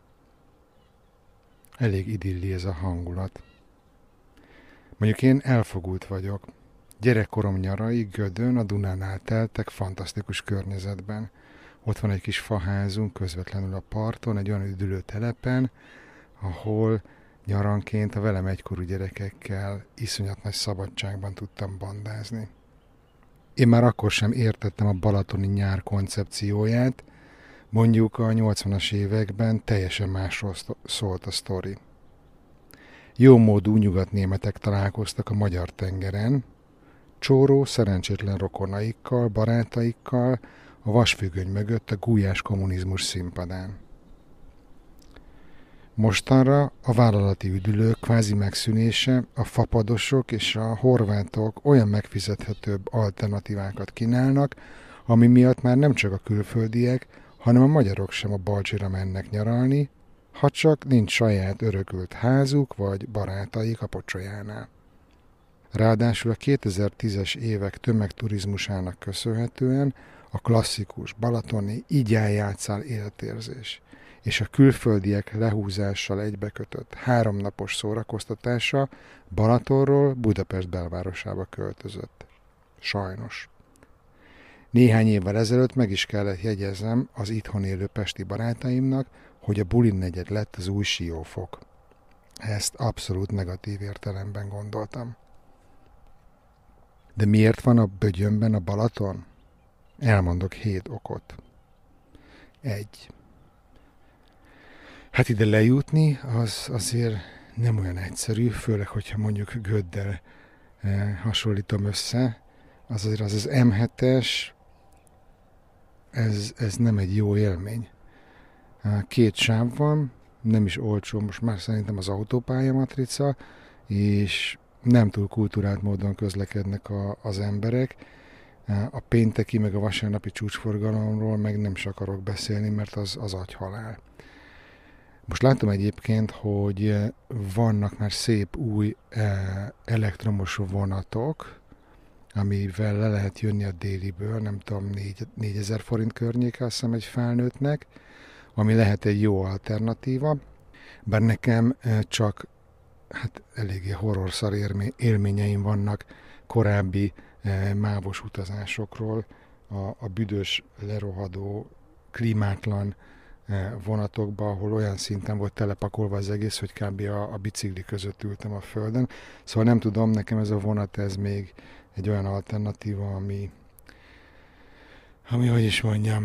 Elég idilli ez a hangulat. Mondjuk én elfogult vagyok. Gyerekkorom nyarai Gödön, a Dunánál teltek fantasztikus környezetben. Ott van egy kis faházunk közvetlenül a parton, egy olyan üdülőtelepen, ahol nyaranként a velem egykorú gyerekekkel iszonyat nagy szabadságban tudtam bandázni. Én már akkor sem értettem a balatoni nyár koncepcióját, mondjuk a 80-as években teljesen másról szólt a sztori. Jómódú nyugatnémetek találkoztak a magyar tengeren, csóró szerencsétlen rokonaikkal, barátaikkal, a vasfüggöny mögött a gulyás kommunizmus színpadán. Mostanra a vállalati üdülők kvázi megszűnése, a fapadosok és a horvátok olyan megfizethetőbb alternatívákat kínálnak, ami miatt már nem csak a külföldiek, hanem a magyarok sem a Balcsira mennek nyaralni, ha csak nincs saját örökölt házuk vagy barátaik a pocsolyánál. Ráadásul a 2010-es évek tömegturizmusának köszönhetően a klasszikus balatoni így eljátszál életérzés és a külföldiek lehúzással egybekötött 3 napos szórakoztatása Balatonról Budapest belvárosába költözött. Sajnos. Néhány évvel ezelőtt meg is kellett jegyeznem az itthon élő pesti barátaimnak, hogy a Bulin negyed lett az új Siófok. Ezt abszolút negatív értelemben gondoltam. De miért van a Bögyönben a Balaton? Elmondok 7 okot. 1. Hát ide lejutni az azért nem olyan egyszerű, főleg, hogyha mondjuk Göddel hasonlítom össze. Az M7-es, ez nem egy jó élmény. 2 sáv van, nem is olcsó, most már szerintem az autópályamatrica, és nem túl kulturált módon közlekednek az emberek. A pénteki meg a vasárnapi csúcsforgalomról meg nem is akarok beszélni, mert az agyhalál. Most látom egyébként, hogy vannak már szép új elektromos vonatok, amivel le lehet jönni a Déliből, nem tudom, 4000 forint környéke, azt hiszem, egy felnőttnek, ami lehet egy jó alternatíva, bár nekem csak eléggé horrorszar élményeim vannak korábbi mávos utazásokról, a büdös, lerohadó, klímátlan vonatokba, ahol olyan szinten volt telepakolva az egész, hogy kb. A bicikli között ültem a földön. Szóval nem tudom, nekem ez a vonat, ez még egy olyan alternatíva, ami hogy is mondjam,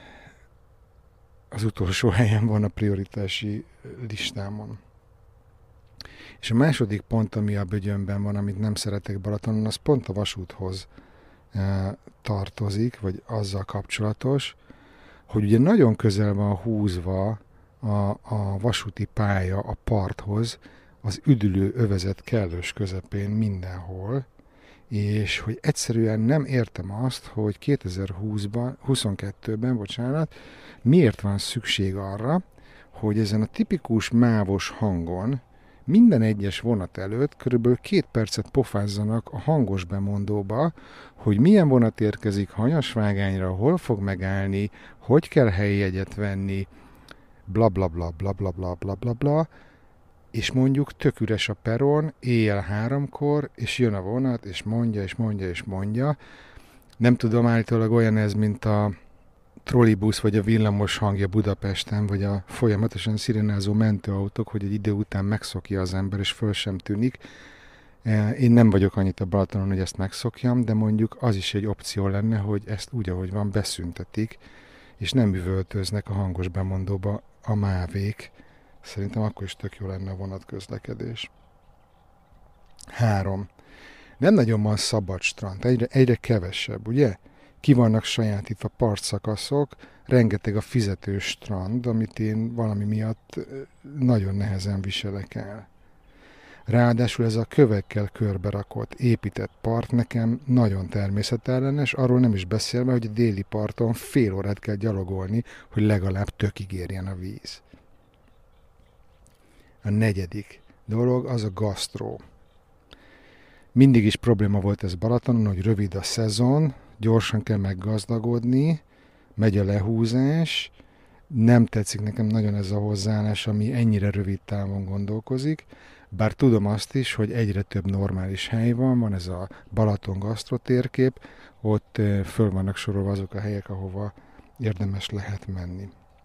az utolsó helyen van a prioritási listámon. És a második pont, ami a Bögyönben van, amit nem szeretek Balatonon, az pont a vasúthoz tartozik, vagy azzal kapcsolatos, hogy ugye nagyon közel van húzva a vasúti pálya a parthoz, az üdülő övezet kellős közepén mindenhol, és hogy egyszerűen nem értem azt, hogy 2022-ben, miért van szükség arra, hogy ezen a tipikus mávos hangon minden egyes vonat előtt körülbelül 2 percet pofázzanak a hangos bemondóba, hogy milyen vonat érkezik Hanyasvágányra, hol fog megállni, hogy kell helyi jegyet venni, bla bla bla bla bla bla bla bla bla, és mondjuk tök üres a peron, éjjel 3-kor, és jön a vonat, és mondja, és mondja, és mondja. Nem tudom, állítólag olyan ez, mint a trollibusz vagy a villamos hangja Budapesten, vagy a folyamatosan szirénázó mentőautók, hogy egy idő után megszokja az ember, és föl sem tűnik. Én nem vagyok annyit a Balatonon, hogy ezt megszokjam, de mondjuk az is egy opció lenne, hogy ezt úgy, ahogy van, beszüntetik, és nem üvöltöznek a hangos bemondóba a mávék. Szerintem akkor is tök jó lenne a vonatközlekedés. 3. Nem nagyon van szabad strand, egyre kevesebb, ugye? Ki vannak sajátítva partszakaszok, rengeteg a fizetős strand, amit én valami miatt nagyon nehezen viselek el. Ráadásul ez a kövekkel körberakott, épített part nekem nagyon természetellenes, arról nem is beszélve, hogy a déli parton fél órát kell gyalogolni, hogy legalább tökig érjen a víz. A 4. dolog az a gasztró. Mindig is probléma volt ez Balatonon, hogy rövid a szezon, gyorsan kell meggazdagodni, megy a lehúzás, nem tetszik nekem nagyon ez a hozzáállás, ami ennyire rövid távon gondolkozik, bár tudom azt is, hogy egyre több normális hely van ez a Balaton gasztrotérkép, ott föl vannak sorolva azok a helyek, ahova érdemes lehet menni.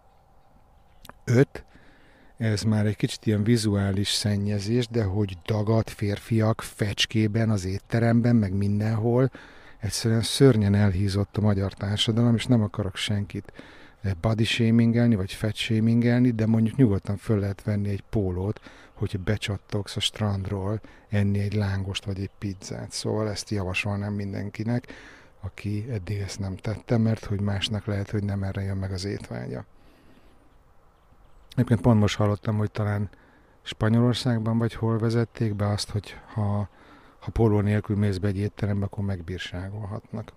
5. Ez már egy kicsit ilyen vizuális szennyezés, de hogy dagadt férfiak fecskében, az étteremben, meg mindenhol, egyszerűen szörnyen elhízott a magyar társadalom, és nem akarok senkit body shamingelni, vagy fat shamingelni, de mondjuk nyugodtan föl lehet venni egy pólót, hogyha becsattogsz a strandról, enni egy lángost, vagy egy pizzát. Szóval ezt javasolnám mindenkinek, aki eddig ezt nem tette, mert hogy másnak lehet, hogy nem erre jön meg az étvágya. Egyébként pont most hallottam, hogy talán Spanyolországban vagy hol vezették be azt, hogy ha póló nélkül mész be egy étterembe, akkor megbírságolhatnak.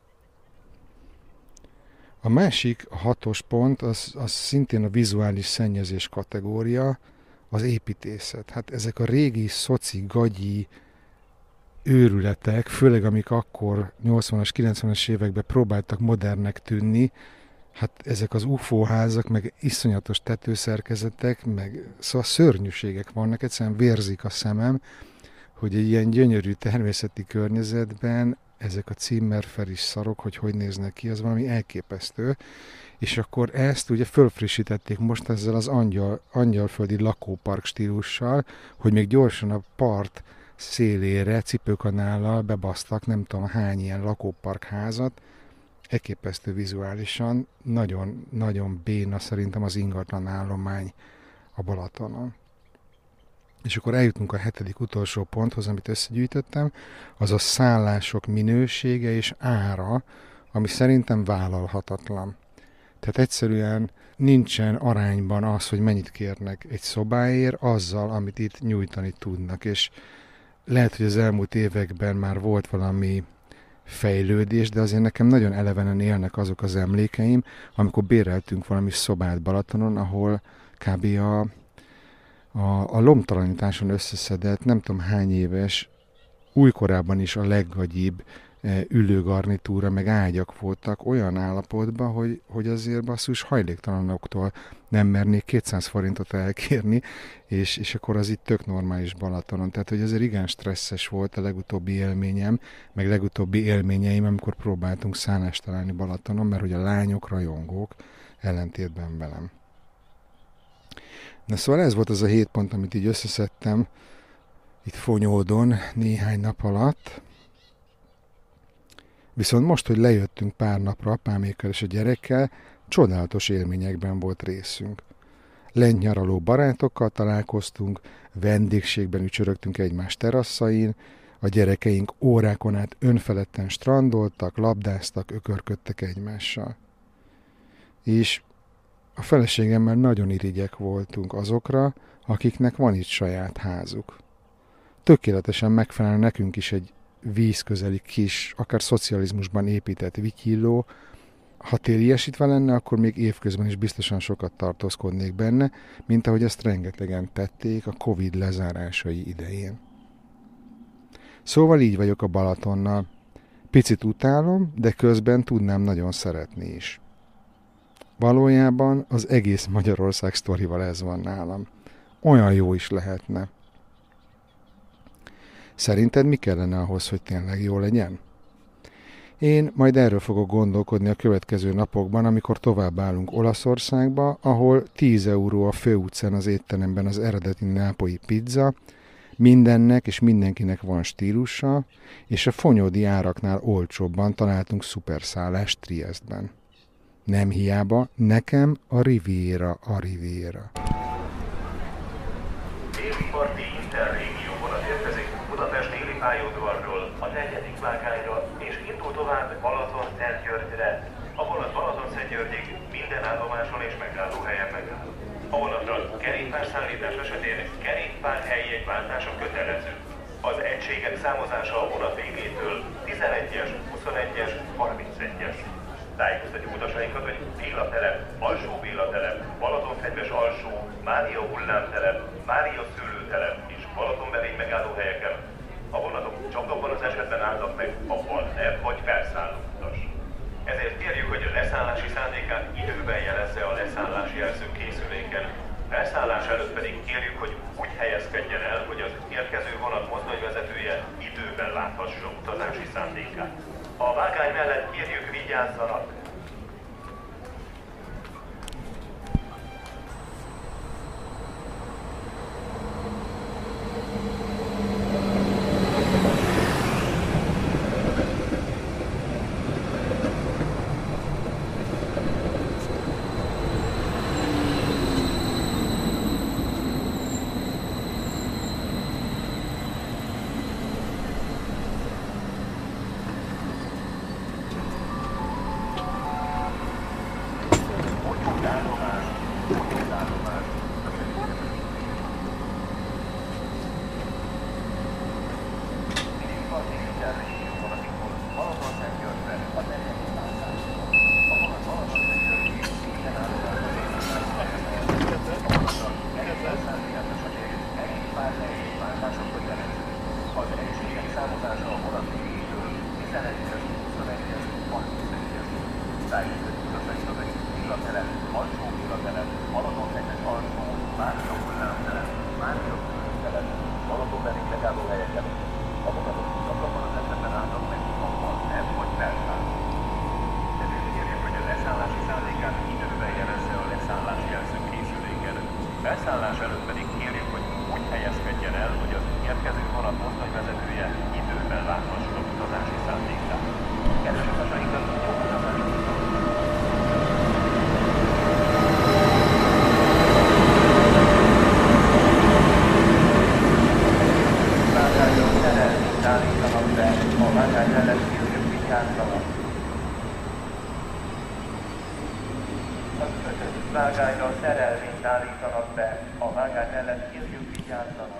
A másik, a 6. pont, az szintén a vizuális szennyezés kategória, az építészet. Hát ezek a régi, szoci, gagyi őrületek, főleg amik akkor 80-as, 90-es években próbáltak modernnek tűnni, hát ezek az UFO házak, meg iszonyatos tetőszerkezetek, meg szóval szörnyűségek vannak, egyszerűen vérzik a szemem, hogy egy ilyen gyönyörű természeti környezetben ezek a cimmerferis szarok, hogy néznek ki, az valami elképesztő. És akkor ezt ugye fölfrissítették most ezzel az angyalföldi lakópark stílussal, hogy még gyorsan a part szélére cipőkanállal bebasztak nem tudom hány ilyen lakópark házat. Elképesztő vizuálisan, nagyon, nagyon béna szerintem az ingatlan állomány a Balatonon. És akkor eljutunk a 7. utolsó ponthoz, amit összegyűjtöttem, az a szállások minősége és ára, ami szerintem vállalhatatlan. Tehát egyszerűen nincsen arányban az, hogy mennyit kérnek egy szobáért, azzal, amit itt nyújtani tudnak. És lehet, hogy az elmúlt években már volt valami fejlődés, de azért nekem nagyon elevenen élnek azok az emlékeim, amikor béreltünk valami szobát Balatonon, ahol kb. A lomtalanításon összeszedett, nem tudom hány éves, újkorában is a leggagyibb ülőgarnitúra, meg ágyak voltak olyan állapotban, hogy azért basszus hajléktalanoktól nem mernék 200 forintot elkérni, és akkor az itt tök normális Balatonon. Tehát, hogy azért igen stresszes volt a legutóbbi élményem, meg legutóbbi élményeim, amikor próbáltunk szállást találni Balatonon, mert hogy a lányok rajongók ellentétben velem. Na szóval ez volt az a 7 pont, amit így összeszedtem itt Fonyódon néhány nap alatt. Viszont most, hogy lejöttünk pár napra apámékkal és a gyerekkel, csodálatos élményekben volt részünk. Lent nyaraló barátokkal találkoztunk, vendégségben ücsörögtünk egymás teraszain, a gyerekeink órákon át önfeledten strandoltak, labdáztak, ökörködtek egymással. És a feleségemmel nagyon irigyek voltunk azokra, akiknek van itt saját házuk. Tökéletesen megfelel nekünk is egy vízközeli kis, akár szocializmusban épített vityilló. Ha téliesítve lenne, akkor még évközben is biztosan sokat tartózkodnék benne, mint ahogy ezt rengetegen tették a Covid lezárásai idején. Szóval így vagyok a Balatonnal. Picit utálom, de közben tudnám nagyon szeretni is. Valójában az egész Magyarország sztorival ez van nálam. Olyan jó is lehetne. Szerinted mi kellene ahhoz, hogy tényleg jó legyen? Én majd erről fogok gondolkodni a következő napokban, amikor tovább állunk Olaszországba, ahol 10 euró a főutcán az étteremben az eredeti nápolyi pizza, Mindennek és mindenkinek van stílusa, és a fonyódi áraknál olcsóbban találtunk szuperszállást Triestben. Nem hiába, nekem a Riviera a Riviera. Déli parti Interrégió vonat érkezik Budapest déli pályaudvarról a 4. vágányra, és indul tovább Balaton-Szentgyörgyre. A vonat Balaton-Szentgyörgyig minden állomáson és megállóhelyen megáll. A vonatra kerékpárszállítás esetén kerékpárhelyi-váltása kötelező. Az egységek számozása a vonat végétől 11-es, 21-es, 31-es. Tájékoztatjuk utasainkat, hogy Béla telep, Alsó Béla telep, Balatonfenyves alsó, Mária hullámtelep, Mária szőlőtelep és Balatonberény megállóhelyeken a vonatok csak abban az esetben állnak meg, ha partner vagy felszálló utas. Ezért kérjük, hogy a leszállási szándékát időben jelezze a leszállási jelző készüléken. Felszállás előtt pedig kérjük, hogy úgy helyezkedjen el, hogy az érkező vonat mozdonyvezetője időben láthassa utazási szándékát. A vágány mellett kérjük, vigyázzanak! Felszállás előtt pedig kérjük, hogy úgy helyezkedjen el, hogy az érkező vonat mozdonyvezetője időben láthassa utazási szándékát. Kedves utasainkat, jó utazást! Vágányon szerelvényt állítanak be, a vágány mellett kérjük vigyázzanak. Az 5. vágányra szerelvényt állítanak be, a vágány mellett kérjük vigyázzanak.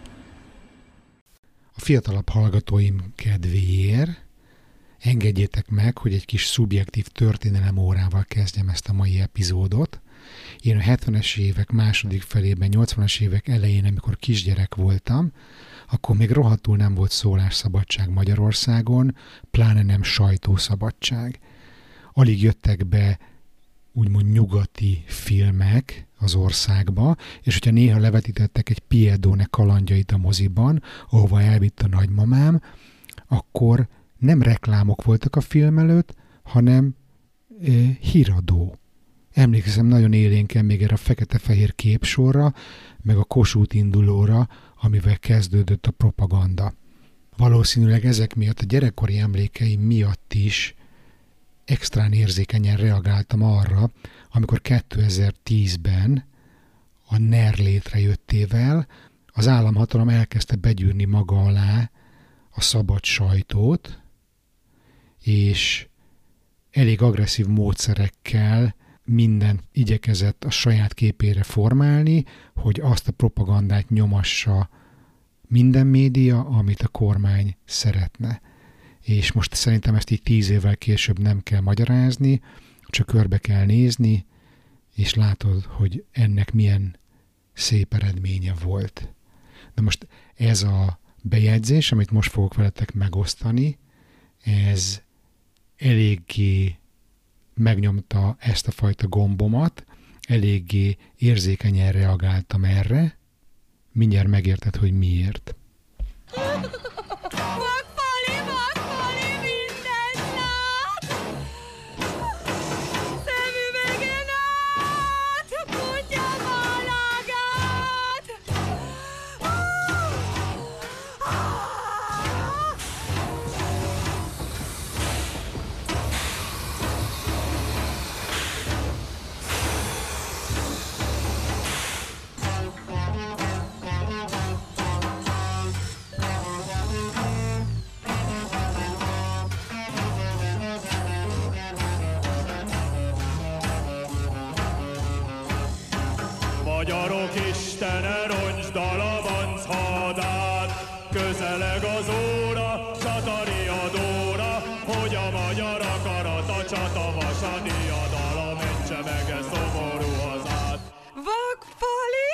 A fiatalabb hallgatóim kedvéért engedjétek meg, hogy egy kis szubjektív történelem órával kezdjem ezt a mai epizódot. Én a 70-es évek második felében, 80-as évek elején, amikor kisgyerek voltam, akkor még rohadtul nem volt szólásszabadság Magyarországon, pláne nem sajtószabadság. Alig jöttek be úgymond nyugati filmek az országba, és hogyha néha levetítettek egy Piedone kalandjait a moziban, ahova elvitt a nagymamám, akkor nem reklámok voltak a film előtt, hanem híradó. Emlékszem nagyon élénken még erre a fekete-fehér képsorra, meg a Kossuth indulóra, amivel kezdődött a propaganda. Valószínűleg ezek miatt, a gyerekkori emlékeim miatt is extrán érzékenyen reagáltam arra, amikor 2010-ben a NER létrejöttével az államhatalom elkezdte begyűrni maga alá a szabad sajtót, és elég agresszív módszerekkel mindent igyekezett a saját képére formálni, hogy azt a propagandát nyomassa minden média, amit a kormány szeretne. És most szerintem ezt így 10 évvel később nem kell magyarázni, csak körbe kell nézni, és látod, hogy ennek milyen szép eredménye volt. Na most ez a bejegyzés, amit most fogok veletek megosztani, ez eléggé megnyomta ezt a fajta gombomat, eléggé érzékenyen reagáltam erre. Mindjárt megérted, hogy miért. magyarok istene, roncsd a labanc hadát. Közeleg az óra, csatariadóra, hogy a magyar akarat a csatavasa diadala mentse meg e szomorú hazát. Vakfali,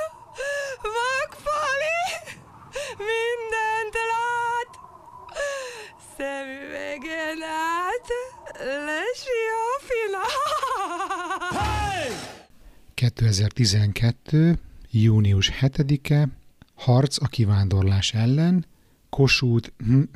vakfali, mindent lát, szemüvegen át, lesi a fina. Hey! 2012. június 7-e, harc a kivándorlás ellen, Kossuth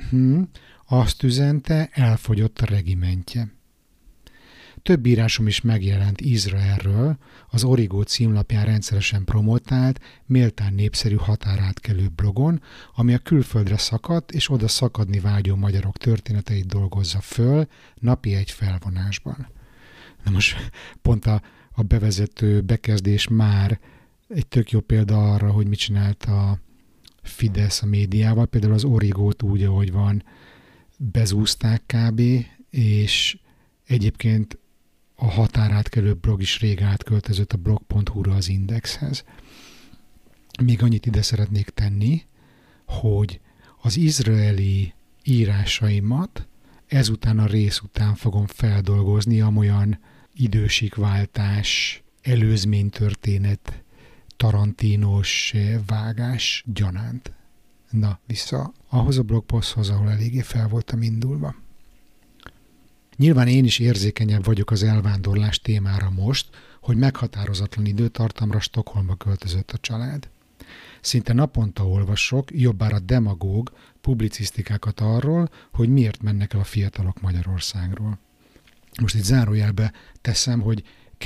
azt üzente, elfogyott a regimentje. Több írásom is megjelent Izraelről, az Origo címlapján rendszeresen promotált, méltán népszerű határátkelő blogon, ami a külföldre szakadt és oda szakadni vágyó magyarok történeteit dolgozza föl napi egy felvonásban. Na most pont a bevezető bekezdés már egy tök jó példa arra, hogy mit csinált a Fidesz a médiával. Például az Origót úgy, ahogy van, bezúzták kb. És egyébként a határátkelő blog is rég átköltözött a blog.hu-ra az Indexhez. Még annyit ide szeretnék tenni, hogy az izraeli írásaimat ezután a rész után fogom feldolgozni amolyan idősíkváltás, előzménytörténet, tarantínos vágás gyanánt. Na, vissza ahhoz a blogposzthoz, ahol eléggé fel voltam indulva. Nyilván én is érzékenyebb vagyok az elvándorlás témára most, hogy meghatározatlan időtartamra Stockholmba költözött a család. Szinte naponta olvasok, jobbára demagóg publicisztikákat arról, hogy miért mennek el a fiatalok Magyarországról. Most itt zárójelbe teszem, hogy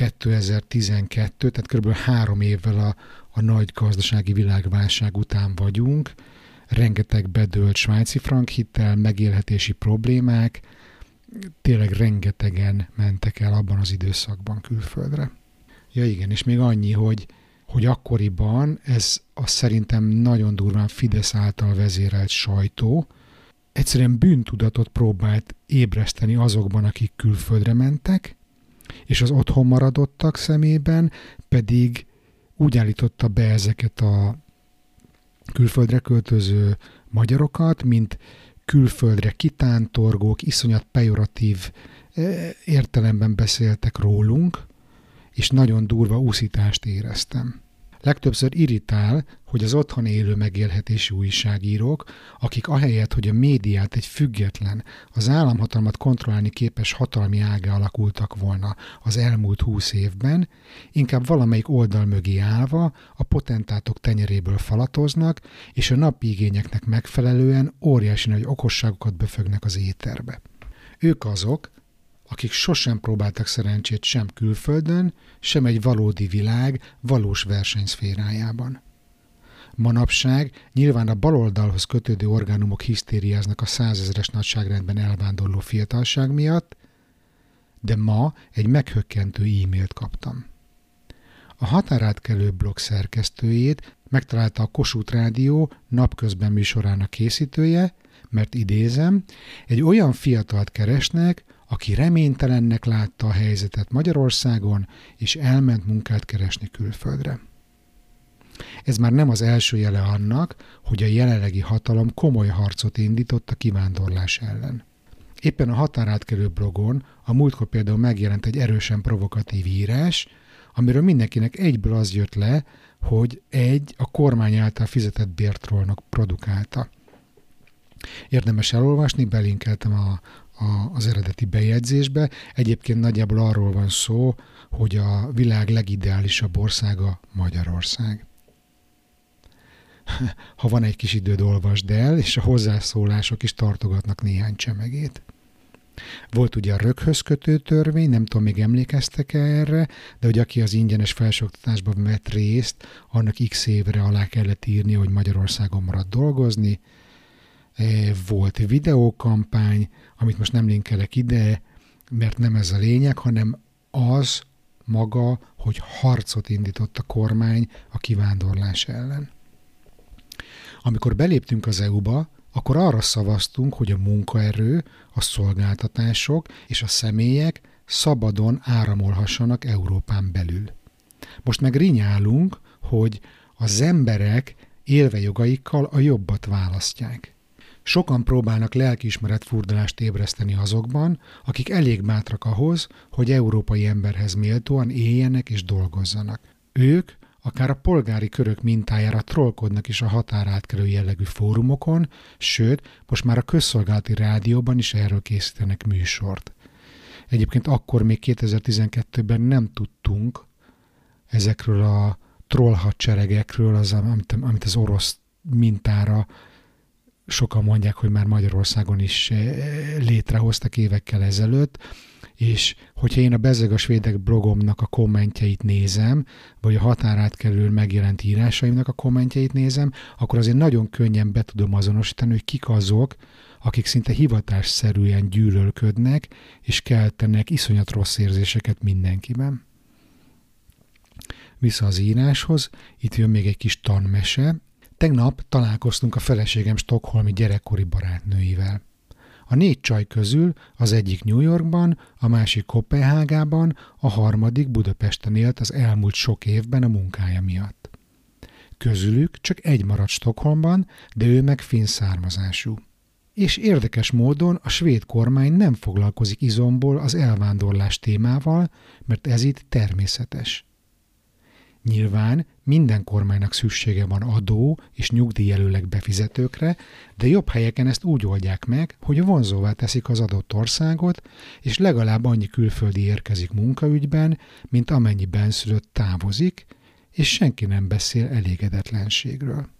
2012, tehát kb. 3 évvel a nagy gazdasági világválság után vagyunk, rengeteg bedőlt svájci frank hitel, megélhetési problémák, tényleg rengetegen mentek el abban az időszakban külföldre. Ja igen, és még annyi, hogy akkoriban ez azt szerintem nagyon durván Fidesz által vezérelt sajtó egyszerűen bűntudatot próbált ébreszteni azokban, akik külföldre mentek, és az otthon maradottak szemében pedig úgy állította be ezeket a külföldre költöző magyarokat, mint külföldre kitántorgók, iszonyat pejoratív értelemben beszéltek rólunk, és nagyon durva úszítást éreztem. Legtöbbször irritál, hogy az otthon élő megélhetési újságírók, akik ahelyett, hogy a médiát egy független, az államhatalmat kontrollálni képes hatalmi ágá alakultak volna az elmúlt 20 évben, inkább valamelyik oldal mögé állva a potentátok tenyeréből falatoznak, és a napi igényeknek megfelelően óriási nagy okosságokat befögnek az éterbe. Ők azok, akik sosem próbáltak szerencsét sem külföldön, sem egy valódi világ, valós versenyszférájában. Manapság nyilván a baloldalhoz kötődő orgánumok hisztériáznak a 100 000-es nagyságrendben elvándorló fiatalság miatt, de ma egy meghökkentő e-mailt kaptam. A határátkelő blog szerkesztőjét megtalálta a Kossuth Rádió napközben műsorának készítője, mert idézem, egy olyan fiatalt keresnek, aki reménytelennek látta a helyzetet Magyarországon, és elment munkát keresni külföldre. Ez már nem az első jele annak, hogy a jelenlegi hatalom komoly harcot indított a kivándorlás ellen. Éppen a határátkelő blogon a múltkor például megjelent egy erősen provokatív írás, amiről mindenkinek egyből az jött le, hogy a kormány által fizetett bértrollnak produkálta. Érdemes elolvasni, belinkeltem az eredeti bejegyzésbe. Egyébként nagyjából arról van szó, hogy a világ legideálisabb országa Magyarország. Ha van egy kis időd, olvasd el, és a hozzászólások is tartogatnak néhány csemegét. Volt ugye a röghöz kötő törvény, nem tudom, még emlékeztek-e erre, de hogy aki az ingyenes felsőoktatásban vett részt, annak x évre alá kellett írni, hogy Magyarországon marad dolgozni. Volt videókampány, amit most nem linkelek ide, mert nem ez a lényeg, hanem az maga, hogy harcot indított a kormány a kivándorlás ellen. Amikor beléptünk az EU-ba, akkor arra szavaztunk, hogy a munkaerő, a szolgáltatások és a személyek szabadon áramolhassanak Európán belül. Most meg rinyálunk, hogy az emberek élve jogaikkal a jobbat választják. Sokan próbálnak lelkiismeretfurdalást ébreszteni azokban, akik elég bátrak ahhoz, hogy európai emberhez méltóan éljenek és dolgozzanak. Ők akár a polgári körök mintájára trollkodnak is a határátkelő jellegű fórumokon, sőt, most már a közszolgálati rádióban is erről készítenek műsort. Egyébként akkor még 2012-ben nem tudtunk ezekről a trollhadseregekről, amit az orosz mintára sokan mondják, hogy már Magyarországon is létrehoztak évekkel ezelőtt, és hogyha én a Bezzeg a Svédek blogomnak a kommentjeit nézem, vagy a határátkelőn megjelent írásaimnak a kommentjeit nézem, akkor azért nagyon könnyen be tudom azonosítani, hogy kik azok, akik szinte hivatásszerűen gyűlölködnek, és keltenek iszonyat rossz érzéseket mindenkiben. Vissza az íráshoz, itt jön még egy kis tanmese. Tegnap találkoztunk a feleségem stockholmi gyerekkori barátnőivel. A 4 csaj közül az egyik New Yorkban, a másik Koppenhágában, a harmadik Budapesten élt az elmúlt sok évben a munkája miatt. Közülük csak egy maradt Stockholmban, de ő meg finn származású. És érdekes módon a svéd kormány nem foglalkozik izomból az elvándorlás témával, mert ez itt természetes. Nyilván minden kormánynak szüksége van adó és nyugdíjjelöleg befizetőkre, de jobb helyeken ezt úgy oldják meg, hogy vonzóvá teszik az adott országot, és legalább annyi külföldi érkezik munkaügyben, mint amennyi benszülött távozik, és senki nem beszél elégedetlenségről.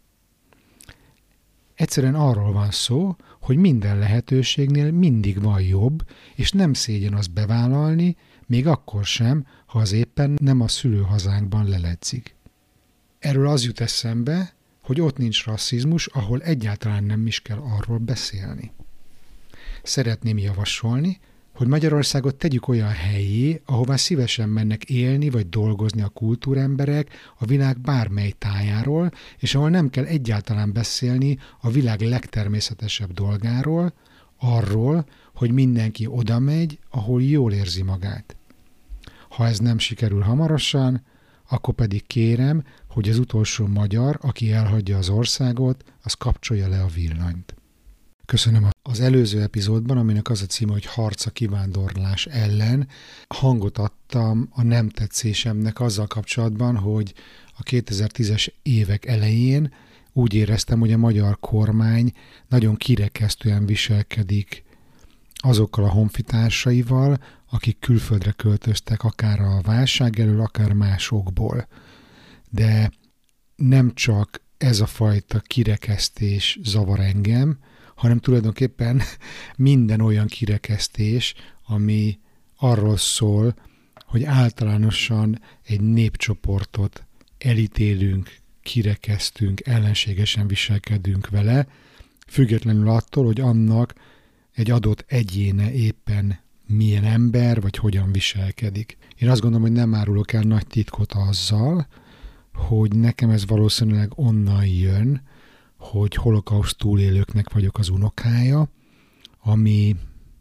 Egyszerűen arról van szó, hogy minden lehetőségnél mindig van jobb, és nem szégyen azt bevállalni, még akkor sem, ha az éppen nem a szülőhazánkban leledzik. Erről az jut eszembe, hogy ott nincs rasszizmus, ahol egyáltalán nem is kell arról beszélni. Szeretném javasolni, hogy Magyarországot tegyük olyan helyé, ahová szívesen mennek élni vagy dolgozni a kultúremberek a világ bármely tájáról, és ahol nem kell egyáltalán beszélni a világ legtermészetesebb dolgáról, arról, hogy mindenki oda megy, ahol jól érzi magát. Ha ez nem sikerül hamarosan, akkor pedig kérem, hogy az utolsó magyar, aki elhagyja az országot, az kapcsolja le a villanyt. Köszönöm. Az előző epizódban, aminek az a címe, hogy Harc a kivándorlás ellen, hangot adtam a nem tetszésemnek azzal kapcsolatban, hogy a 2010-es évek elején úgy éreztem, hogy a magyar kormány nagyon kirekesztően viselkedik azokkal a honfitársaival, akik külföldre költöztek akár a válság elől, akár más okból. De nem csak ez a fajta kirekesztés zavar engem, hanem tulajdonképpen minden olyan kirekesztés, ami arról szól, hogy általánosan egy népcsoportot elítélünk, kirekesztünk, ellenségesen viselkedünk vele, függetlenül attól, hogy annak egy adott egyéne éppen milyen ember, vagy hogyan viselkedik. Én azt gondolom, hogy nem árulok el nagy titkot azzal, hogy nekem ez valószínűleg onnan jön, hogy holokauszt túlélőknek vagyok az unokája, ami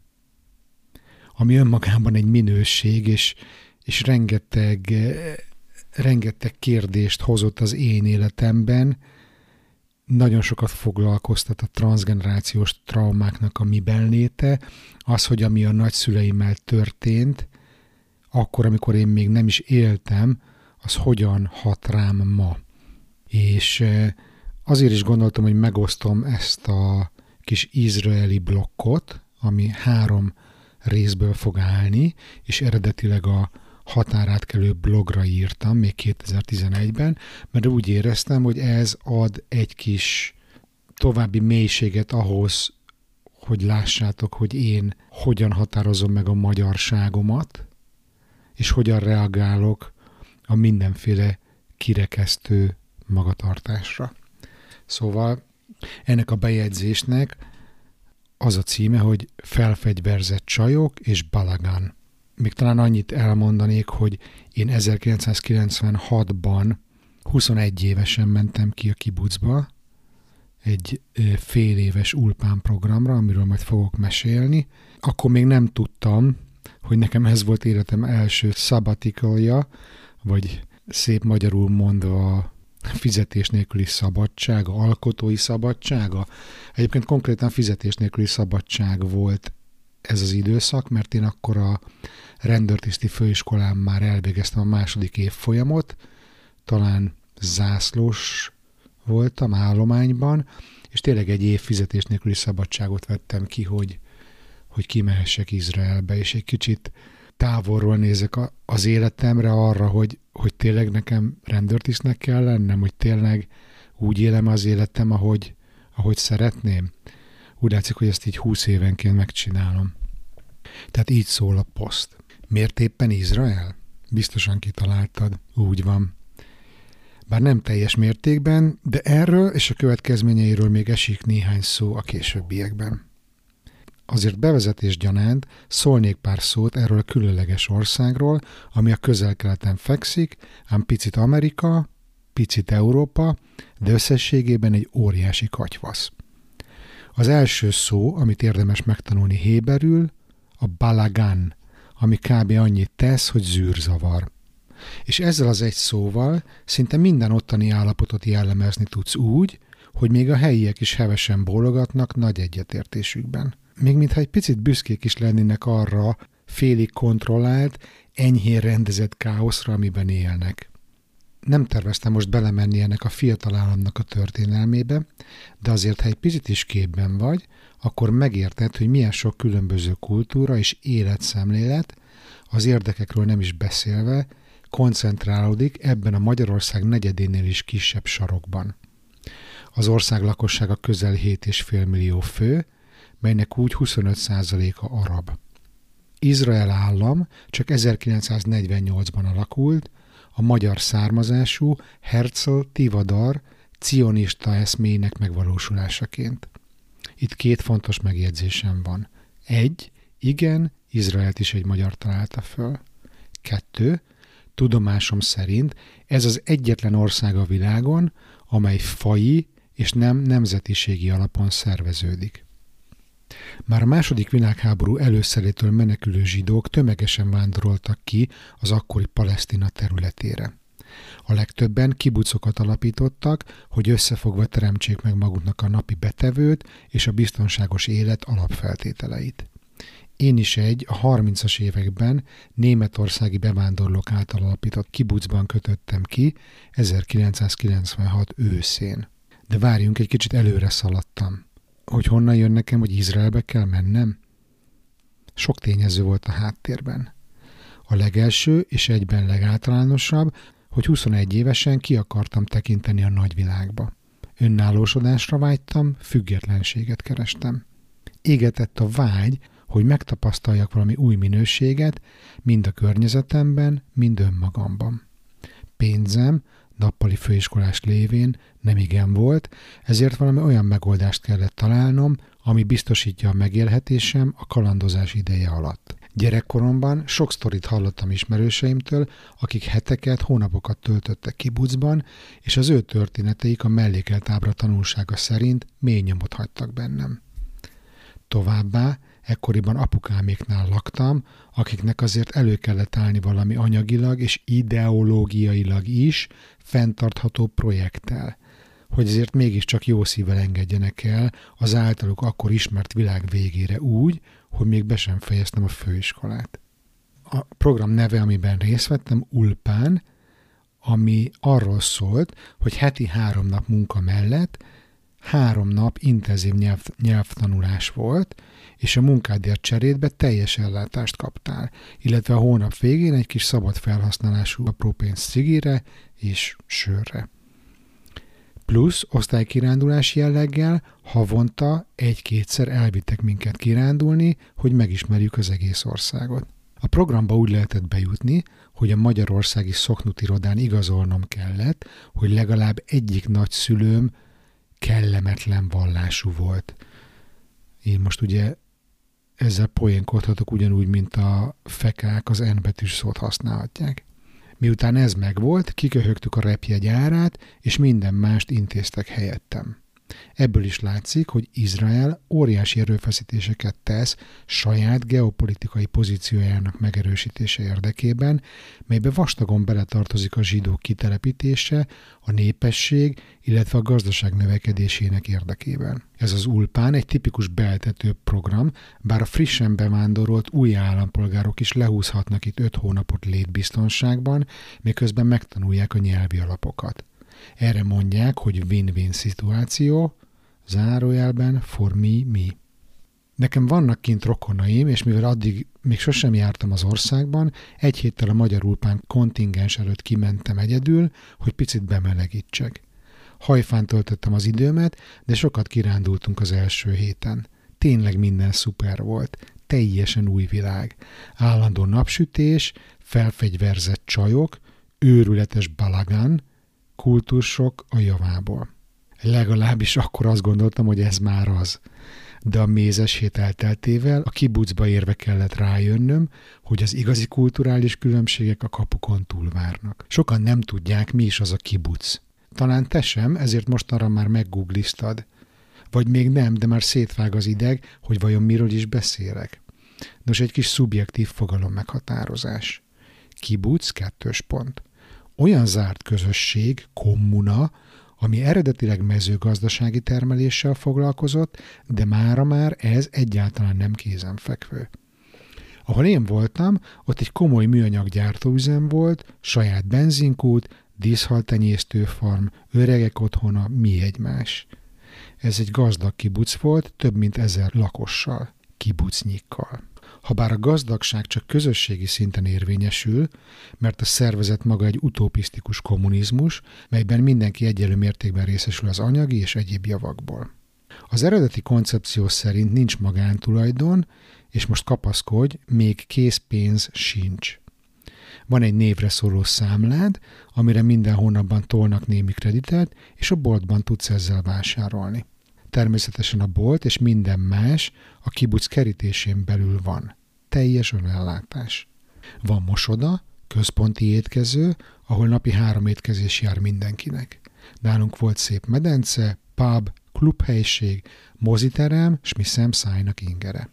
önmagában egy minőség, és rengeteg kérdést hozott az én életemben. Nagyon sokat foglalkoztat a transzgenerációs traumáknak a mibenléte, az, hogy ami a nagyszüleimmel történt, akkor, amikor én még nem is éltem, az hogyan hat rám ma. És azért is gondoltam, hogy megosztom ezt a kis izraeli blokkot, ami 3 részből fog állni, és eredetileg a határátkelő blogra írtam még 2011-ben, mert úgy éreztem, hogy ez ad egy kis további mélységet ahhoz, hogy lássátok, hogy én hogyan határozom meg a magyarságomat, és hogyan reagálok a mindenféle kirekesztő magatartásra. Szóval ennek a bejegyzésnek az a címe, hogy felfegyverzett csajok és balagán. Még talán annyit elmondanék, hogy én 1996-ban 21 évesen mentem ki a kibucba egy fél éves ulpán programra, amiről majd fogok mesélni. Akkor még nem tudtam, hogy nekem ez volt életem első sabbaticalja, vagy szép magyarul mondva fizetés nélküli szabadsága, alkotói szabadsága. Egyébként konkrétan fizetés nélküli szabadság volt ez az időszak, mert én akkor a rendőrtiszti főiskolán már elvégeztem a második évfolyamot, talán zászlós voltam állományban, és tényleg egy év fizetés nélküli szabadságot vettem ki, hogy kimehessek Izraelbe, és egy kicsit távolról nézek az életemre arra, hogy tényleg nekem rendőrtisztnek kell lennem, hogy tényleg úgy élem az életem, ahogy szeretném. Úgy látszik, hogy ezt így 20 évenként megcsinálom. Tehát így szól a poszt. Miért éppen Izrael? Biztosan kitaláltad. Úgy van. Bár nem teljes mértékben, de erről és a következményeiről még esik néhány szó a későbbiekben. Azért bevezetés gyanánt szólnék pár szót erről a különleges országról, ami a közel-keleten fekszik, ám picit Amerika, picit Európa, de összességében egy óriási katyvasz. Az első szó, amit érdemes megtanulni héberül, a balagán, ami kb. Annyit tesz, hogy zűrzavar. És ezzel az egy szóval szinte minden ottani állapotot jellemezni tudsz úgy, hogy még a helyiek is hevesen bólogatnak nagy egyetértésükben. Még mintha egy picit büszkék is lennének arra félig kontrollált, enyhén rendezett káoszra, amiben élnek. Nem terveztem most belemenni ennek a fiatal államnak a történelmébe, de azért, ha egy picit is képben vagy, akkor megérted, hogy milyen sok különböző kultúra és életszemlélet, az érdekekről nem is beszélve, koncentrálódik ebben a Magyarország negyedénél is kisebb sarokban. Az ország lakossága közel 7,5 millió fő, melynek úgy 25%-a arab. Izrael állam csak 1948-ban alakult, a magyar származású Herzl Tivadar cionista eszméinek megvalósulásaként. Itt 2 fontos megjegyzésem van. 1. Igen, Izraelt is egy magyar találta föl. 2. Tudomásom szerint ez az egyetlen ország a világon, amely faji és nem nemzetiségi alapon szerveződik. Már a második világháború előszerétől menekülő zsidók tömegesen vándoroltak ki az akkori Palesztina területére. A legtöbben kibucokat alapítottak, hogy összefogva teremtsék meg maguknak a napi betevőt és a biztonságos élet alapfeltételeit. Én is a 30-as években németországi bevándorlók által alapított kibucban kötöttem ki 1996 őszén. De várjunk, egy kicsit előre szaladtam. Hogy honnan jön nekem, hogy Izraelbe kell mennem? Sok tényező volt a háttérben. A legelső és egyben legáltalánosabb, hogy 21 évesen ki akartam tekinteni a nagyvilágba. Önállósodásra vágytam, függetlenséget kerestem. Égetett a vágy, hogy megtapasztaljak valami új minőséget, mind a környezetemben, mind önmagamban. Pénzem, nappali főiskolás lévén nem igen volt, ezért valami olyan megoldást kellett találnom, ami biztosítja a megélhetésem a kalandozás ideje alatt. Gyerekkoromban sok sztorit hallottam ismerőseimtől, akik heteket, hónapokat töltöttek kibucban, és az ő történeteik a mellékelt ábra tanulsága szerint mély nyomot hagytak bennem. Továbbá ekkoriban apukáméknál laktam, akiknek azért elő kellett állni valami anyagilag és ideológiailag is fenntartható projekttel, hogy azért mégiscsak jó szívvel engedjenek el az általuk akkor ismert világ végére úgy, hogy még be sem fejeztem a főiskolát. A program neve, amiben részt vettem, Ulpán, ami arról szólt, hogy heti 3 nap munka mellett 3 nap intenzív nyelvtanulás volt, és a munkádért cserébe teljes ellátást kaptál, illetve a hónap végén egy kis szabad felhasználású apró pénz cigire és sörre. Plusz osztálykirándulás jelleggel havonta 1-2-szer elvittek minket kirándulni, hogy megismerjük az egész országot. A programba úgy lehetett bejutni, hogy a magyarországi szoknutirodán igazolnom kellett, hogy legalább egyik nagyszülőm kellemetlen vallású volt. Én most ugye ezzel poénkodhatok ugyanúgy, mint a fekák az N betűs szót használhatják. Miután ez megvolt, kiköhögtük a repjegy árát, és minden mást intéztek helyettem. Ebből is látszik, hogy Izrael óriási erőfeszítéseket tesz saját geopolitikai pozíciójának megerősítése érdekében, melybe vastagon beletartozik a zsidók kitelepítése, a népesség, illetve a gazdaság növekedésének érdekében. Ez az Ulpán egy tipikus beeltető program, bár a frissen bevándorolt új állampolgárok is lehúzhatnak itt 5 hónapot létbiztonságban, miközben megtanulják a nyelvi alapokat. Erre mondják, hogy win-win szituáció, zárójelben for me. Nekem vannak kint rokonaim, és mivel addig még sosem jártam az országban, egy héttel a Magyar Ulpán kontingens előtt kimentem egyedül, hogy picit bemelegítsek. Hajfán töltöttem az időmet, de sokat kirándultunk az első héten. Tényleg minden szuper volt, teljesen új világ. Állandó napsütés, felfegyverzett csajok, őrületes balagán, kultúrsok a javából. Legalábbis akkor azt gondoltam, hogy ez már az. De a mézes hét elteltével a kibucba érve kellett rájönnöm, hogy az igazi kulturális különbségek a kapukon túl várnak. Sokan nem tudják, mi is az a kibuc. Talán te sem, ezért mostanra már meggoogliztad. Vagy még nem, de már szétvág az ideg, hogy vajon miről is beszélek. Nos, egy kis szubjektív fogalom meghatározás. Kibuc : olyan zárt közösség, kommuna, ami eredetileg mezőgazdasági termeléssel foglalkozott, de mára már ez egyáltalán nem kézenfekvő. Ahol én voltam, ott egy komoly műanyaggyártóüzem volt, saját benzinkút, díszhaltenyésztőfarm, öregek otthona, mi egymás. Ez egy gazdag kibuc volt, több mint 1000 lakossal, kibucnyikkal. Habár a gazdagság csak közösségi szinten érvényesül, mert a szervezet maga egy utopisztikus kommunizmus, melyben mindenki egyenlő mértékben részesül az anyagi és egyéb javakból. Az eredeti koncepció szerint nincs magántulajdon, és most kapaszkodj, még készpénz sincs. Van egy névre szóló számlád, amire minden hónapban tolnak némi kreditet, és a boltban tudsz ezzel vásárolni. Természetesen a bolt és minden más a kibuc kerítésén belül van. Teljes önellátás. Van mosoda, központi étkező, ahol napi 3 étkezés jár mindenkinek. Nálunk volt szép medence, pub, klubhelység, moziterem, s mi szemszájnak ingere.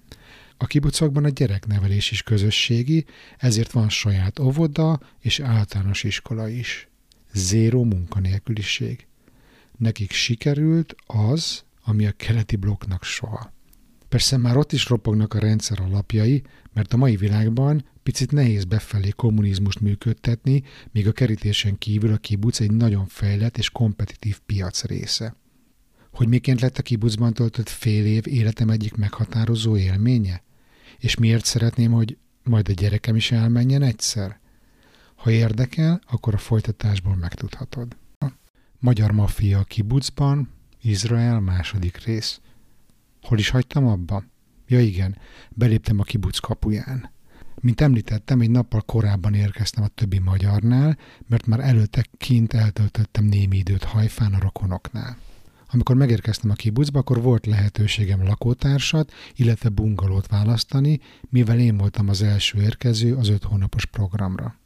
A kibucokban a gyereknevelés is közösségi, ezért van saját óvoda és általános iskola is. 0 munkanélküliség. Nekik sikerült az, ami a keleti blokknak soha. Persze már ott is ropognak a rendszer alapjai, mert a mai világban picit nehéz befelé kommunizmust működtetni, míg a kerítésen kívül a kibuc egy nagyon fejlett és kompetitív piac része. Hogy miként lett a kibucban töltött fél év életem egyik meghatározó élménye? És miért szeretném, hogy majd a gyerekem is elmenjen egyszer? Ha érdekel, akkor a folytatásból megtudhatod. Magyar maffia a kibucban, Izrael második rész. Hol is hagytam abba? Ja igen, beléptem a kibuc kapuján. Mint említettem, egy nappal korábban érkeztem a többi magyarnál, mert már előtte kint eltöltöttem némi időt Hajfán a rokonoknál. Amikor megérkeztem a kibucba, akkor volt lehetőségem lakótársat, illetve bungalót választani, mivel én voltam az első érkező az 5 hónapos programra.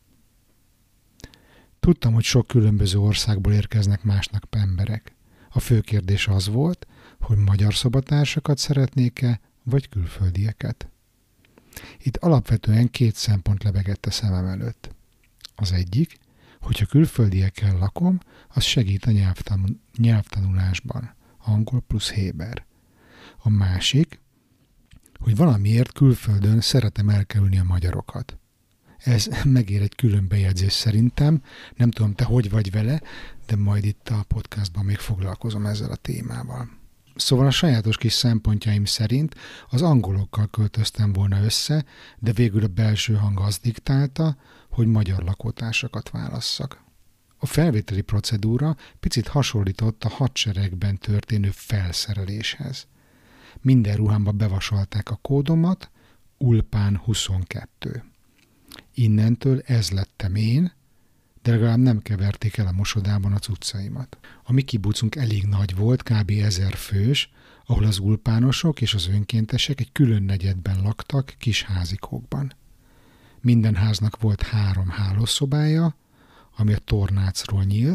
Tudtam, hogy sok különböző országból érkeznek másnak emberek. A fő kérdés az volt, hogy magyar szobatársakat szeretnék-e, vagy külföldieket. Itt alapvetően 2 szempont lebegett a szemem előtt. Az egyik, hogyha külföldiekkel lakom, az segít a nyelvtanulásban, angol plusz héber. A másik, hogy valamiért külföldön szeretem elkerülni a magyarokat. Ez megér egy külön bejegyzés szerintem, nem tudom te hogy vagy vele, de majd itt a podcastban még foglalkozom ezzel a témával. Szóval a sajátos kis szempontjaim szerint az angolokkal költöztem volna össze, de végül a belső hang azt diktálta, hogy magyar lakótársakat válasszak. A felvételi procedúra picit hasonlított a hadseregben történő felszereléshez. Minden ruhámba bevasalták a kódomat, Ulpán 22. Innentől ez lettem én, de legalább nem keverték el a mosodában a cuccaimat. A mi kibucunk elég nagy volt, kb. 1000 fős, ahol az ulpánosok és az önkéntesek egy külön negyedben laktak kis házikókban. Minden háznak volt 3 hálószobája, ami a tornácról nyílt,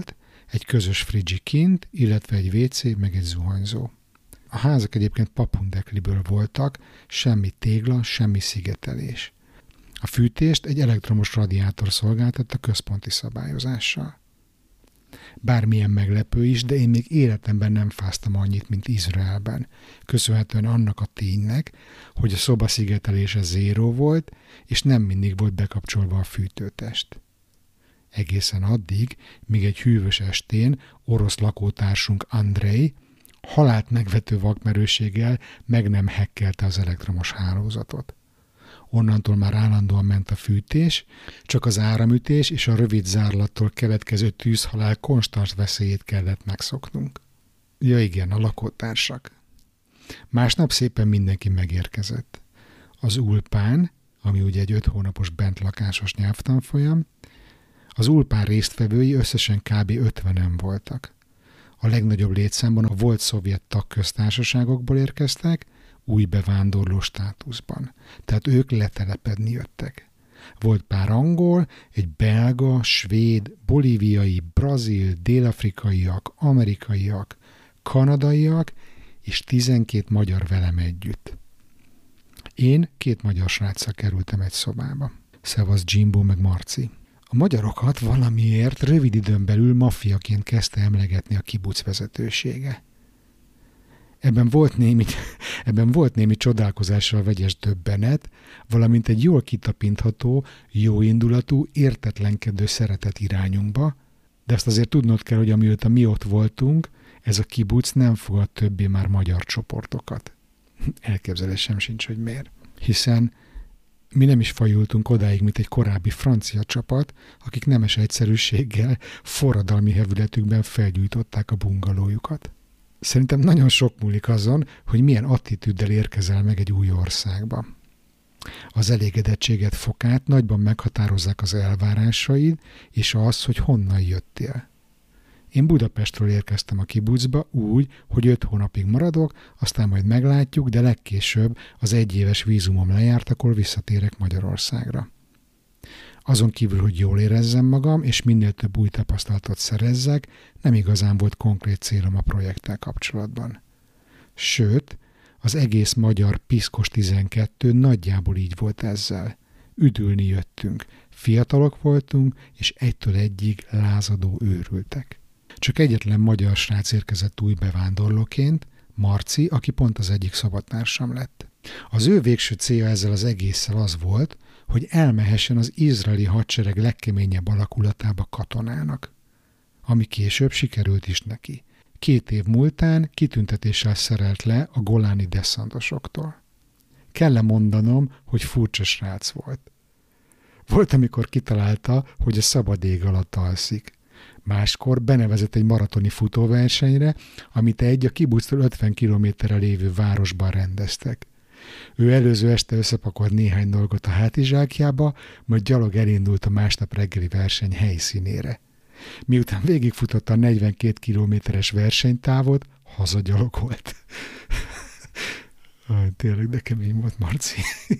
egy közös frigyi kint, illetve egy WC, meg egy zuhanyzó. A házak egyébként papundekliből voltak, semmi tégla, semmi szigetelés. A fűtést egy elektromos radiátor szolgáltatta központi szabályozással. Bármilyen meglepő is, de én még életemben nem fáztam annyit, mint Izraelben, köszönhetően annak a ténynek, hogy a szoba szigetelése zéró volt, és nem mindig volt bekapcsolva a fűtőtest. Egészen addig, míg egy hűvös estén orosz lakótársunk Andrei halált megvető vakmerőséggel meg nem hekkelte az elektromos hálózatot. Onnantól már állandóan ment a fűtés, csak az áramütés és a rövid zárlattól keletkező tűzhalál konstans veszélyét kellett megszoknunk. Ja igen, a lakótársak. Másnap szépen mindenki megérkezett. Az Ulpán, ami ugye egy 5 hónapos bentlakásos nyelvtanfolyam, az Ulpán résztvevői összesen kb. 50-en voltak. A legnagyobb létszámban a volt szovjet tagköztársaságokból érkeztek, új bevándorló státuszban. Tehát ők letelepedni jöttek. Volt pár angol, egy belga, svéd, bolíviai, brazil, dél-afrikaiak, amerikaiak, kanadaiak és 12 magyar velem együtt. Én 2 magyar sráccal kerültem egy szobába. Szevasz Jimbo meg Marci. A magyarokat valamiért rövid időn belül maffiaként kezdte emlegetni a kibuc vezetősége. Ebben volt némi csodálkozással vegyes döbbenet, valamint egy jól kitapintható, jóindulatú, értetlenkedő szeretet irányunkba, de azt azért tudnod kell, hogy amióta mi ott voltunk, ez a kibuc nem fogad többé már magyar csoportokat. Elképzelésem sincs, hogy miért. Hiszen mi nem is fajultunk odáig, mint egy korábbi francia csapat, akik nemes egyszerűséggel, forradalmi hevületükben felgyújtották a bungalójukat. Szerintem nagyon sok múlik azon, hogy milyen attitűddel érkezel meg egy új országba. Az elégedettséget fokát nagyban meghatározzák az elvárásaid, és az, hogy honnan jöttél. Én Budapestről érkeztem a kibucba úgy, hogy 5 hónapig maradok, aztán majd meglátjuk, de legkésőbb az 1 éves vízumom lejárt, akkor visszatérek Magyarországra. Azon kívül, hogy jól érezzem magam, és minél több új tapasztalatot szerezzek, nem igazán volt konkrét célom a projekttel kapcsolatban. Sőt, az egész magyar Piszkos 12 nagyjából így volt ezzel. Üdülni jöttünk, fiatalok voltunk, és 1-től 1-ig lázadó őrültek. Csak egyetlen magyar srác érkezett új bevándorlóként, Marci, aki pont az egyik szobatársam lett. Az ő végső célja ezzel az egésszel az volt, hogy elmehessen az izraeli hadsereg legkeményebb alakulatába katonának. Ami később sikerült is neki. 2 év múltán kitüntetéssel szerelt le a goláni desszantosoktól. Kell-e mondanom, hogy furcsa srác volt. Volt, amikor kitalálta, hogy a szabad ég alatt alszik. Máskor benevezett egy maratoni futóversenyre, amit a kibuctól 50 kilométerre lévő városban rendeztek. Ő előző este összepakolt néhány dolgot a hátizsákjába, majd gyalog elindult a másnap reggeli verseny helyszínére. Miután végigfutotta a 42 kilométeres versenytávot, hazagyalogolt. Tényleg, de kemény volt Marci.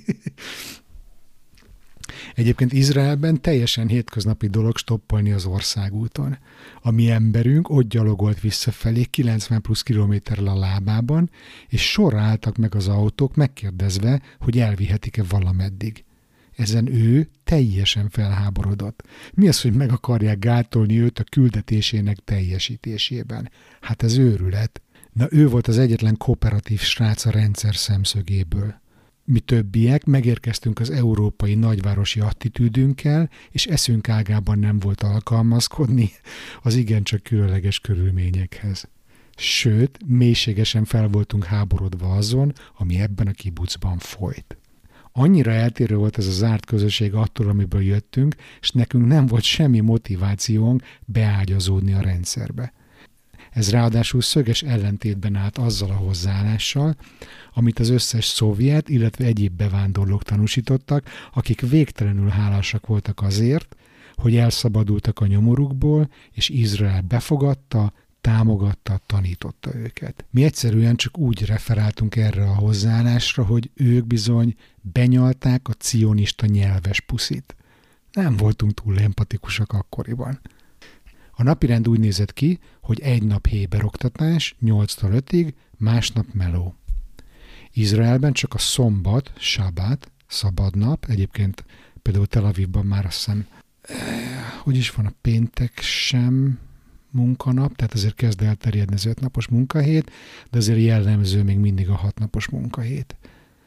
Egyébként Izraelben teljesen hétköznapi dolog stoppolni az országúton. A mi emberünk ott gyalogolt visszafelé 90 plusz kilométerrel a lábában, és sorra álltak meg az autók megkérdezve, hogy elvihetik-e valameddig. Ezen ő teljesen felháborodott. Mi az, hogy meg akarják gátolni őt a küldetésének teljesítésében? Hát ez őrület. Na ő volt az egyetlen kooperatív srác a rendszer szemszögéből. Mi többiek megérkeztünk az európai nagyvárosi attitűdünkkel, és eszünk ágában nem volt alkalmazkodni az igencsak különleges körülményekhez. Sőt, mélységesen fel voltunk háborodva azon, ami ebben a kibucban folyt. Annyira eltérő volt ez a zárt közösség attól, amiből jöttünk, és nekünk nem volt semmi motivációnk beágyazódni a rendszerbe. Ez ráadásul szöges ellentétben állt azzal a hozzáállással, amit az összes szovjet, illetve egyéb bevándorlók tanúsítottak, akik végtelenül hálásak voltak azért, hogy elszabadultak a nyomorukból, és Izrael befogadta, támogatta, tanította őket. Mi egyszerűen csak úgy referáltunk erre a hozzáállásra, hogy ők bizony benyalták a cionista nyelves puszit. Nem voltunk túl empatikusak akkoriban. A napirend úgy nézett ki, hogy egy nap héber oktatás 8-tól 5-ig, másnap meló. Izraelben csak a szombat, sabát, szabadnap, egyébként például Tel Avivban már azt hiszem, hogy is van, a péntek sem munkanap, tehát azért kezd elterjedni az 5 napos munkahét, de azért jellemző még mindig a 6 napos munkahét.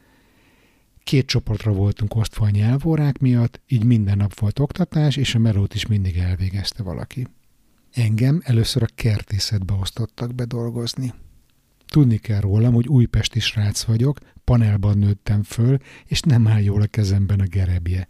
2 csoportra voltunk osztva a nyelvórák miatt, így minden nap volt oktatás, és a melót is mindig elvégezte valaki. Engem először a kertészetbe osztottak be dolgozni. Tudni kell rólam, hogy újpesti srác vagyok, panelban nőttem föl, és nem áll jól a kezemben a gerebje.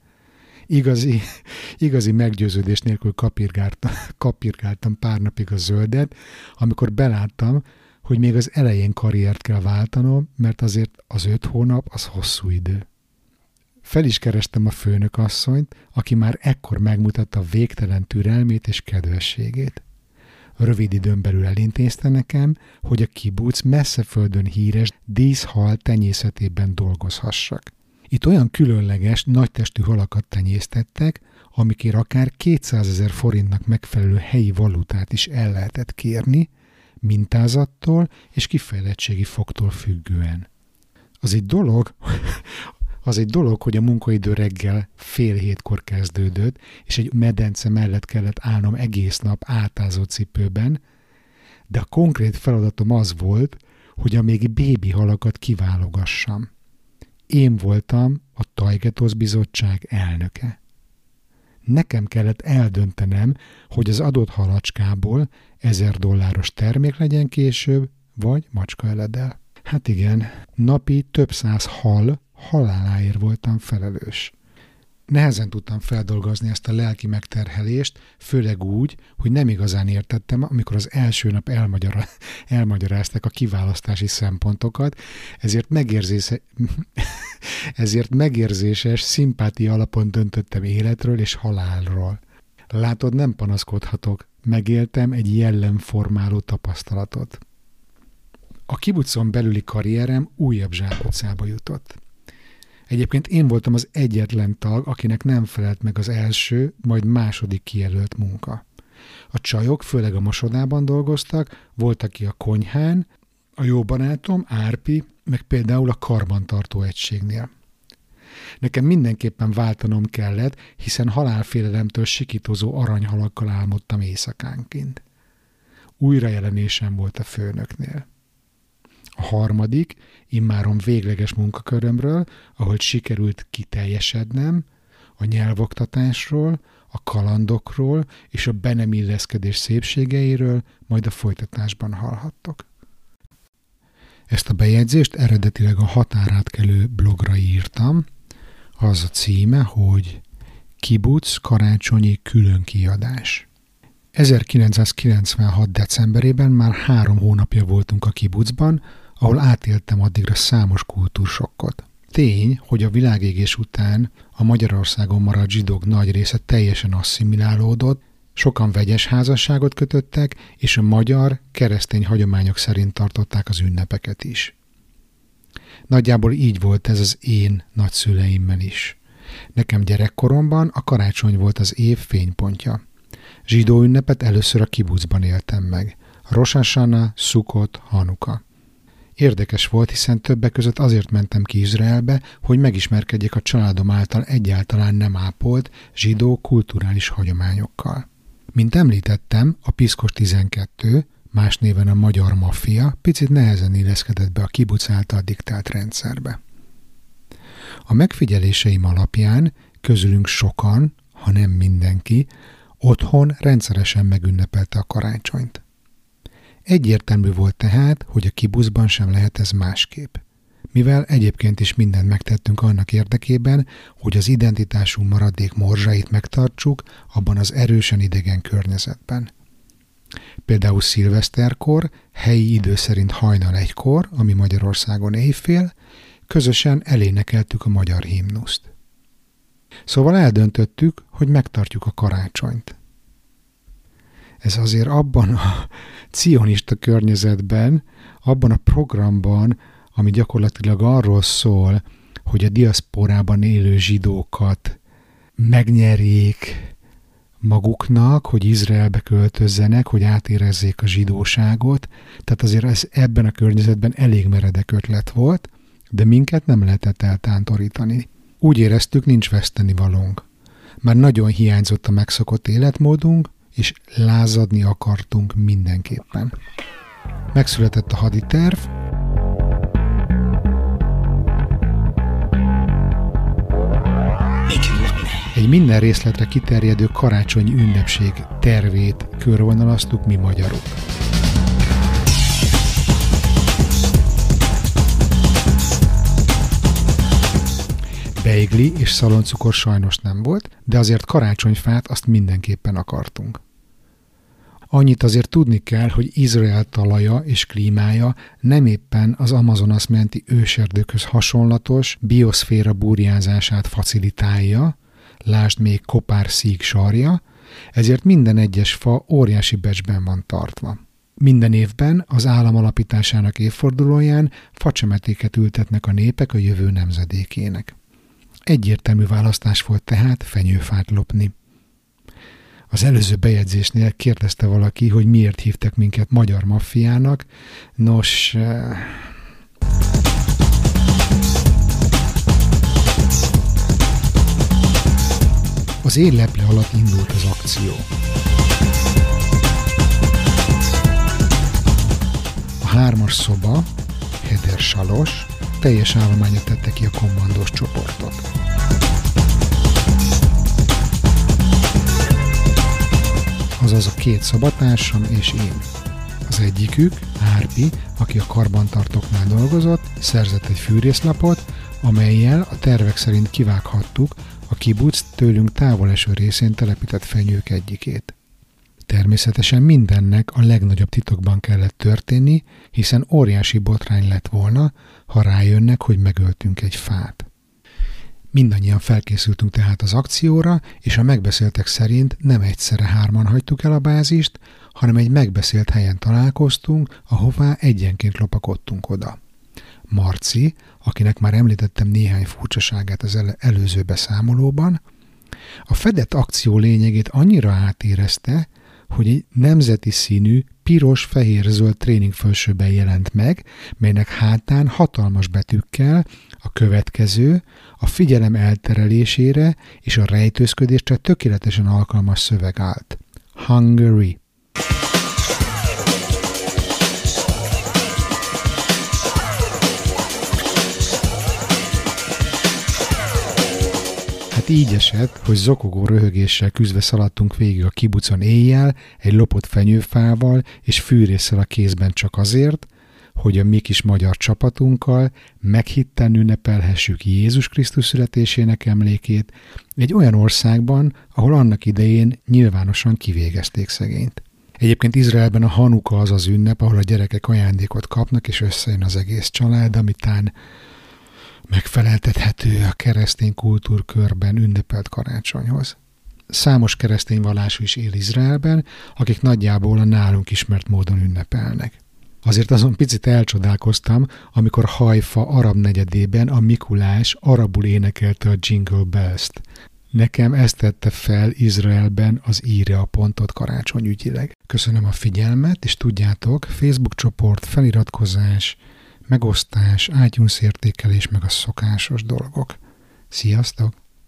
Igazi meggyőződés nélkül kapirgáltam pár napig a zöldet, amikor beláttam, hogy még az elején karriert kell váltanom, mert azért az 5 hónap az hosszú idő. Fel is kerestem a főnökasszonyt, aki már ekkor megmutatta a végtelen türelmét és kedvességét. Rövid időn belül elintézte nekem, hogy a kibuc messze földön híres díszhal tenyészetében dolgozhassak. Itt olyan különleges, nagytestű halakat tenyésztettek, amikért akár 200 000 forintnak megfelelő helyi valutát is el lehetett kérni, mintázattól és kifejlettségi foktól függően. Az egy dolog, hogy a munkaidő reggel 6:30 kezdődött, és egy medence mellett kellett állnom egész nap átázó cipőben, de a konkrét feladatom az volt, hogy a még bébi halakat kiválogassam. Én voltam a Tajgetosz bizottság elnöke. Nekem kellett eldöntenem, hogy az adott halacskából $1000 termék legyen később, vagy macskaeledel. Hát igen, napi több száz hal haláláért voltam felelős. Nehezen tudtam feldolgozni ezt a lelki megterhelést, főleg úgy, hogy nem igazán értettem, amikor az első nap elmagyarázták a kiválasztási szempontokat, ezért megérzéses, szimpátia alapon döntöttem életről és halálról. Látod, nem panaszkodhatok, megéltem egy jellemformáló tapasztalatot. A kibucon belüli karrierem újabb zsákutcába jutott. Egyébként én voltam az egyetlen tag, akinek nem felelt meg az első, majd második kijelölt munka. A csajok főleg a mosodában dolgoztak, volt aki a konyhán, a jó barátom, Árpi, meg például a karbantartó egységnél. Nekem mindenképpen váltanom kellett, hiszen halálfélelemtől sikítozó aranyhalakkal álmodtam éjszakánként. Újrajelenésem volt a főnöknél. A harmadik, immáron végleges munkakörömről, ahol sikerült kiteljesednem, a nyelvoktatásról, a kalandokról és a be nem illeszkedés szépségeiről majd a folytatásban hallhattok. Ezt a bejegyzést eredetileg a határátkelő blogra írtam. Az a címe, hogy Kibuc karácsonyi különkiadás. 1996. decemberében már 3 hónapja voltunk a kibucban, ahol átéltem addigra számos kultúrsokkot. Tény, hogy a világégés után a Magyarországon maradt zsidók nagy része teljesen asszimilálódott, sokan vegyes házasságot kötöttek, és a magyar, keresztény hagyományok szerint tartották az ünnepeket is. Nagyjából így volt ez az én nagyszüleimmel is. Nekem gyerekkoromban a karácsony volt az év fénypontja. Zsidó ünnepet először a kibucban éltem meg. Rosh Hashana, Szukot, Hanuka. Érdekes volt, hiszen többek között azért mentem ki Izraelbe, hogy megismerkedjek a családom által egyáltalán nem ápolt zsidó kulturális hagyományokkal. Mint említettem, a Piszkos 12, más néven a magyar maffia picit nehezen illeszkedett be a kibuc által diktált rendszerbe. A megfigyeléseim alapján közülünk sokan, ha nem mindenki, otthon rendszeresen megünnepelte a karácsonyt. Egyértelmű volt tehát, hogy a kibucban sem lehet ez másképp. Mivel egyébként is mindent megtettünk annak érdekében, hogy az identitásunk maradék morzsait megtartsuk abban az erősen idegen környezetben. Például szilveszterkor, helyi idő szerint hajnal 1-kor, ami Magyarországon éjfél, közösen elénekeltük a magyar himnuszt. Szóval eldöntöttük, hogy megtartjuk a karácsonyt. Ez azért abban a cionista környezetben, abban a programban, ami gyakorlatilag arról szól, hogy a diaszporában élő zsidókat megnyerjék, maguknak, hogy Izraelbe költözzenek, hogy átérezzék a zsidóságot. Tehát azért ez ebben a környezetben elég meredek ötlet volt, de minket nem lehetett eltántorítani. Úgy éreztük, nincs vesztenivalónk. Már nagyon hiányzott a megszokott életmódunk, és lázadni akartunk mindenképpen. Megszületett a haditerv, egy minden részletre kiterjedő karácsonyi ünnepség tervét körvonalaztuk mi magyarok. Beigli és szaloncukor sajnos nem volt, de azért karácsonyfát azt mindenképpen akartunk. Annyit azért tudni kell, hogy Izrael talaja és klímája nem éppen az Amazonas menti őserdőkhöz hasonlatos bioszféra burjánzását facilitálja, lásd még kopár-szíg sarja, ezért minden egyes fa óriási becsben van tartva. Minden évben az állam alapításának évfordulóján facsemetéket ültetnek a népek a jövő nemzedékének. Egyértelmű választás volt tehát fenyőfát lopni. Az előző bejegyzésnél kérdezte valaki, hogy miért hívtak minket magyar maffiának. Nos... Az élleple alatt indult az akció. A 3-as szoba, Heder Salos, teljes állományra tette ki a kommandós csoportot. Azaz a 2 szobatársam és én. Az egyikük, Árpi, aki a karbantartóknál dolgozott, szerzett egy fűrészlapot, amellyel a tervek szerint kivághattuk a kibuc tőlünk távol eső részén telepített fenyők egyikét. Természetesen mindennek a legnagyobb titokban kellett történni, hiszen óriási botrány lett volna, ha rájönnek, hogy megöltünk egy fát. Mindannyian felkészültünk tehát az akcióra, és a megbeszéltek szerint nem egyszerre 3-an hagytuk el a bázist, hanem egy megbeszélt helyen találkoztunk, ahová egyenként lopakodtunk oda. Marci, akinek már említettem néhány furcsaságát az előző beszámolóban, a fedett akció lényegét annyira átérezte, hogy egy nemzeti színű, piros-fehér-zöld tréningfölsőben jelent meg, melynek hátán hatalmas betűkkel a következő, a figyelem elterelésére és a rejtőzködésre tökéletesen alkalmas szöveg állt. Hungary. Így esett, hogy zokogó röhögéssel küzdve szaladtunk végig a kibucon éjjel, egy lopott fenyőfával és fűrésszel a kézben csak azért, hogy a mi kis magyar csapatunkkal meghitten ünnepelhessük Jézus Krisztus születésének emlékét egy olyan országban, ahol annak idején nyilvánosan kivégezték szegényt. Egyébként Izraelben a Hanuka az az ünnep, ahol a gyerekek ajándékot kapnak, és összejön az egész család, amitán megfeleltethető a keresztény kultúrkörben ünnepelt karácsonyhoz. Számos keresztény vallású is él Izraelben, akik nagyjából a nálunk ismert módon ünnepelnek. Azért azon picit elcsodálkoztam, amikor Hajfa arab negyedében a Mikulás arabul énekelte a Jingle Bells-t. Nekem ezt tette fel Izraelben az íre a pontot karácsonyügyileg. Köszönöm a figyelmet, és tudjátok, Facebook csoport, feliratkozás, megosztás, iTunes értékelés, meg a szokásos dolgok. Sziasztok!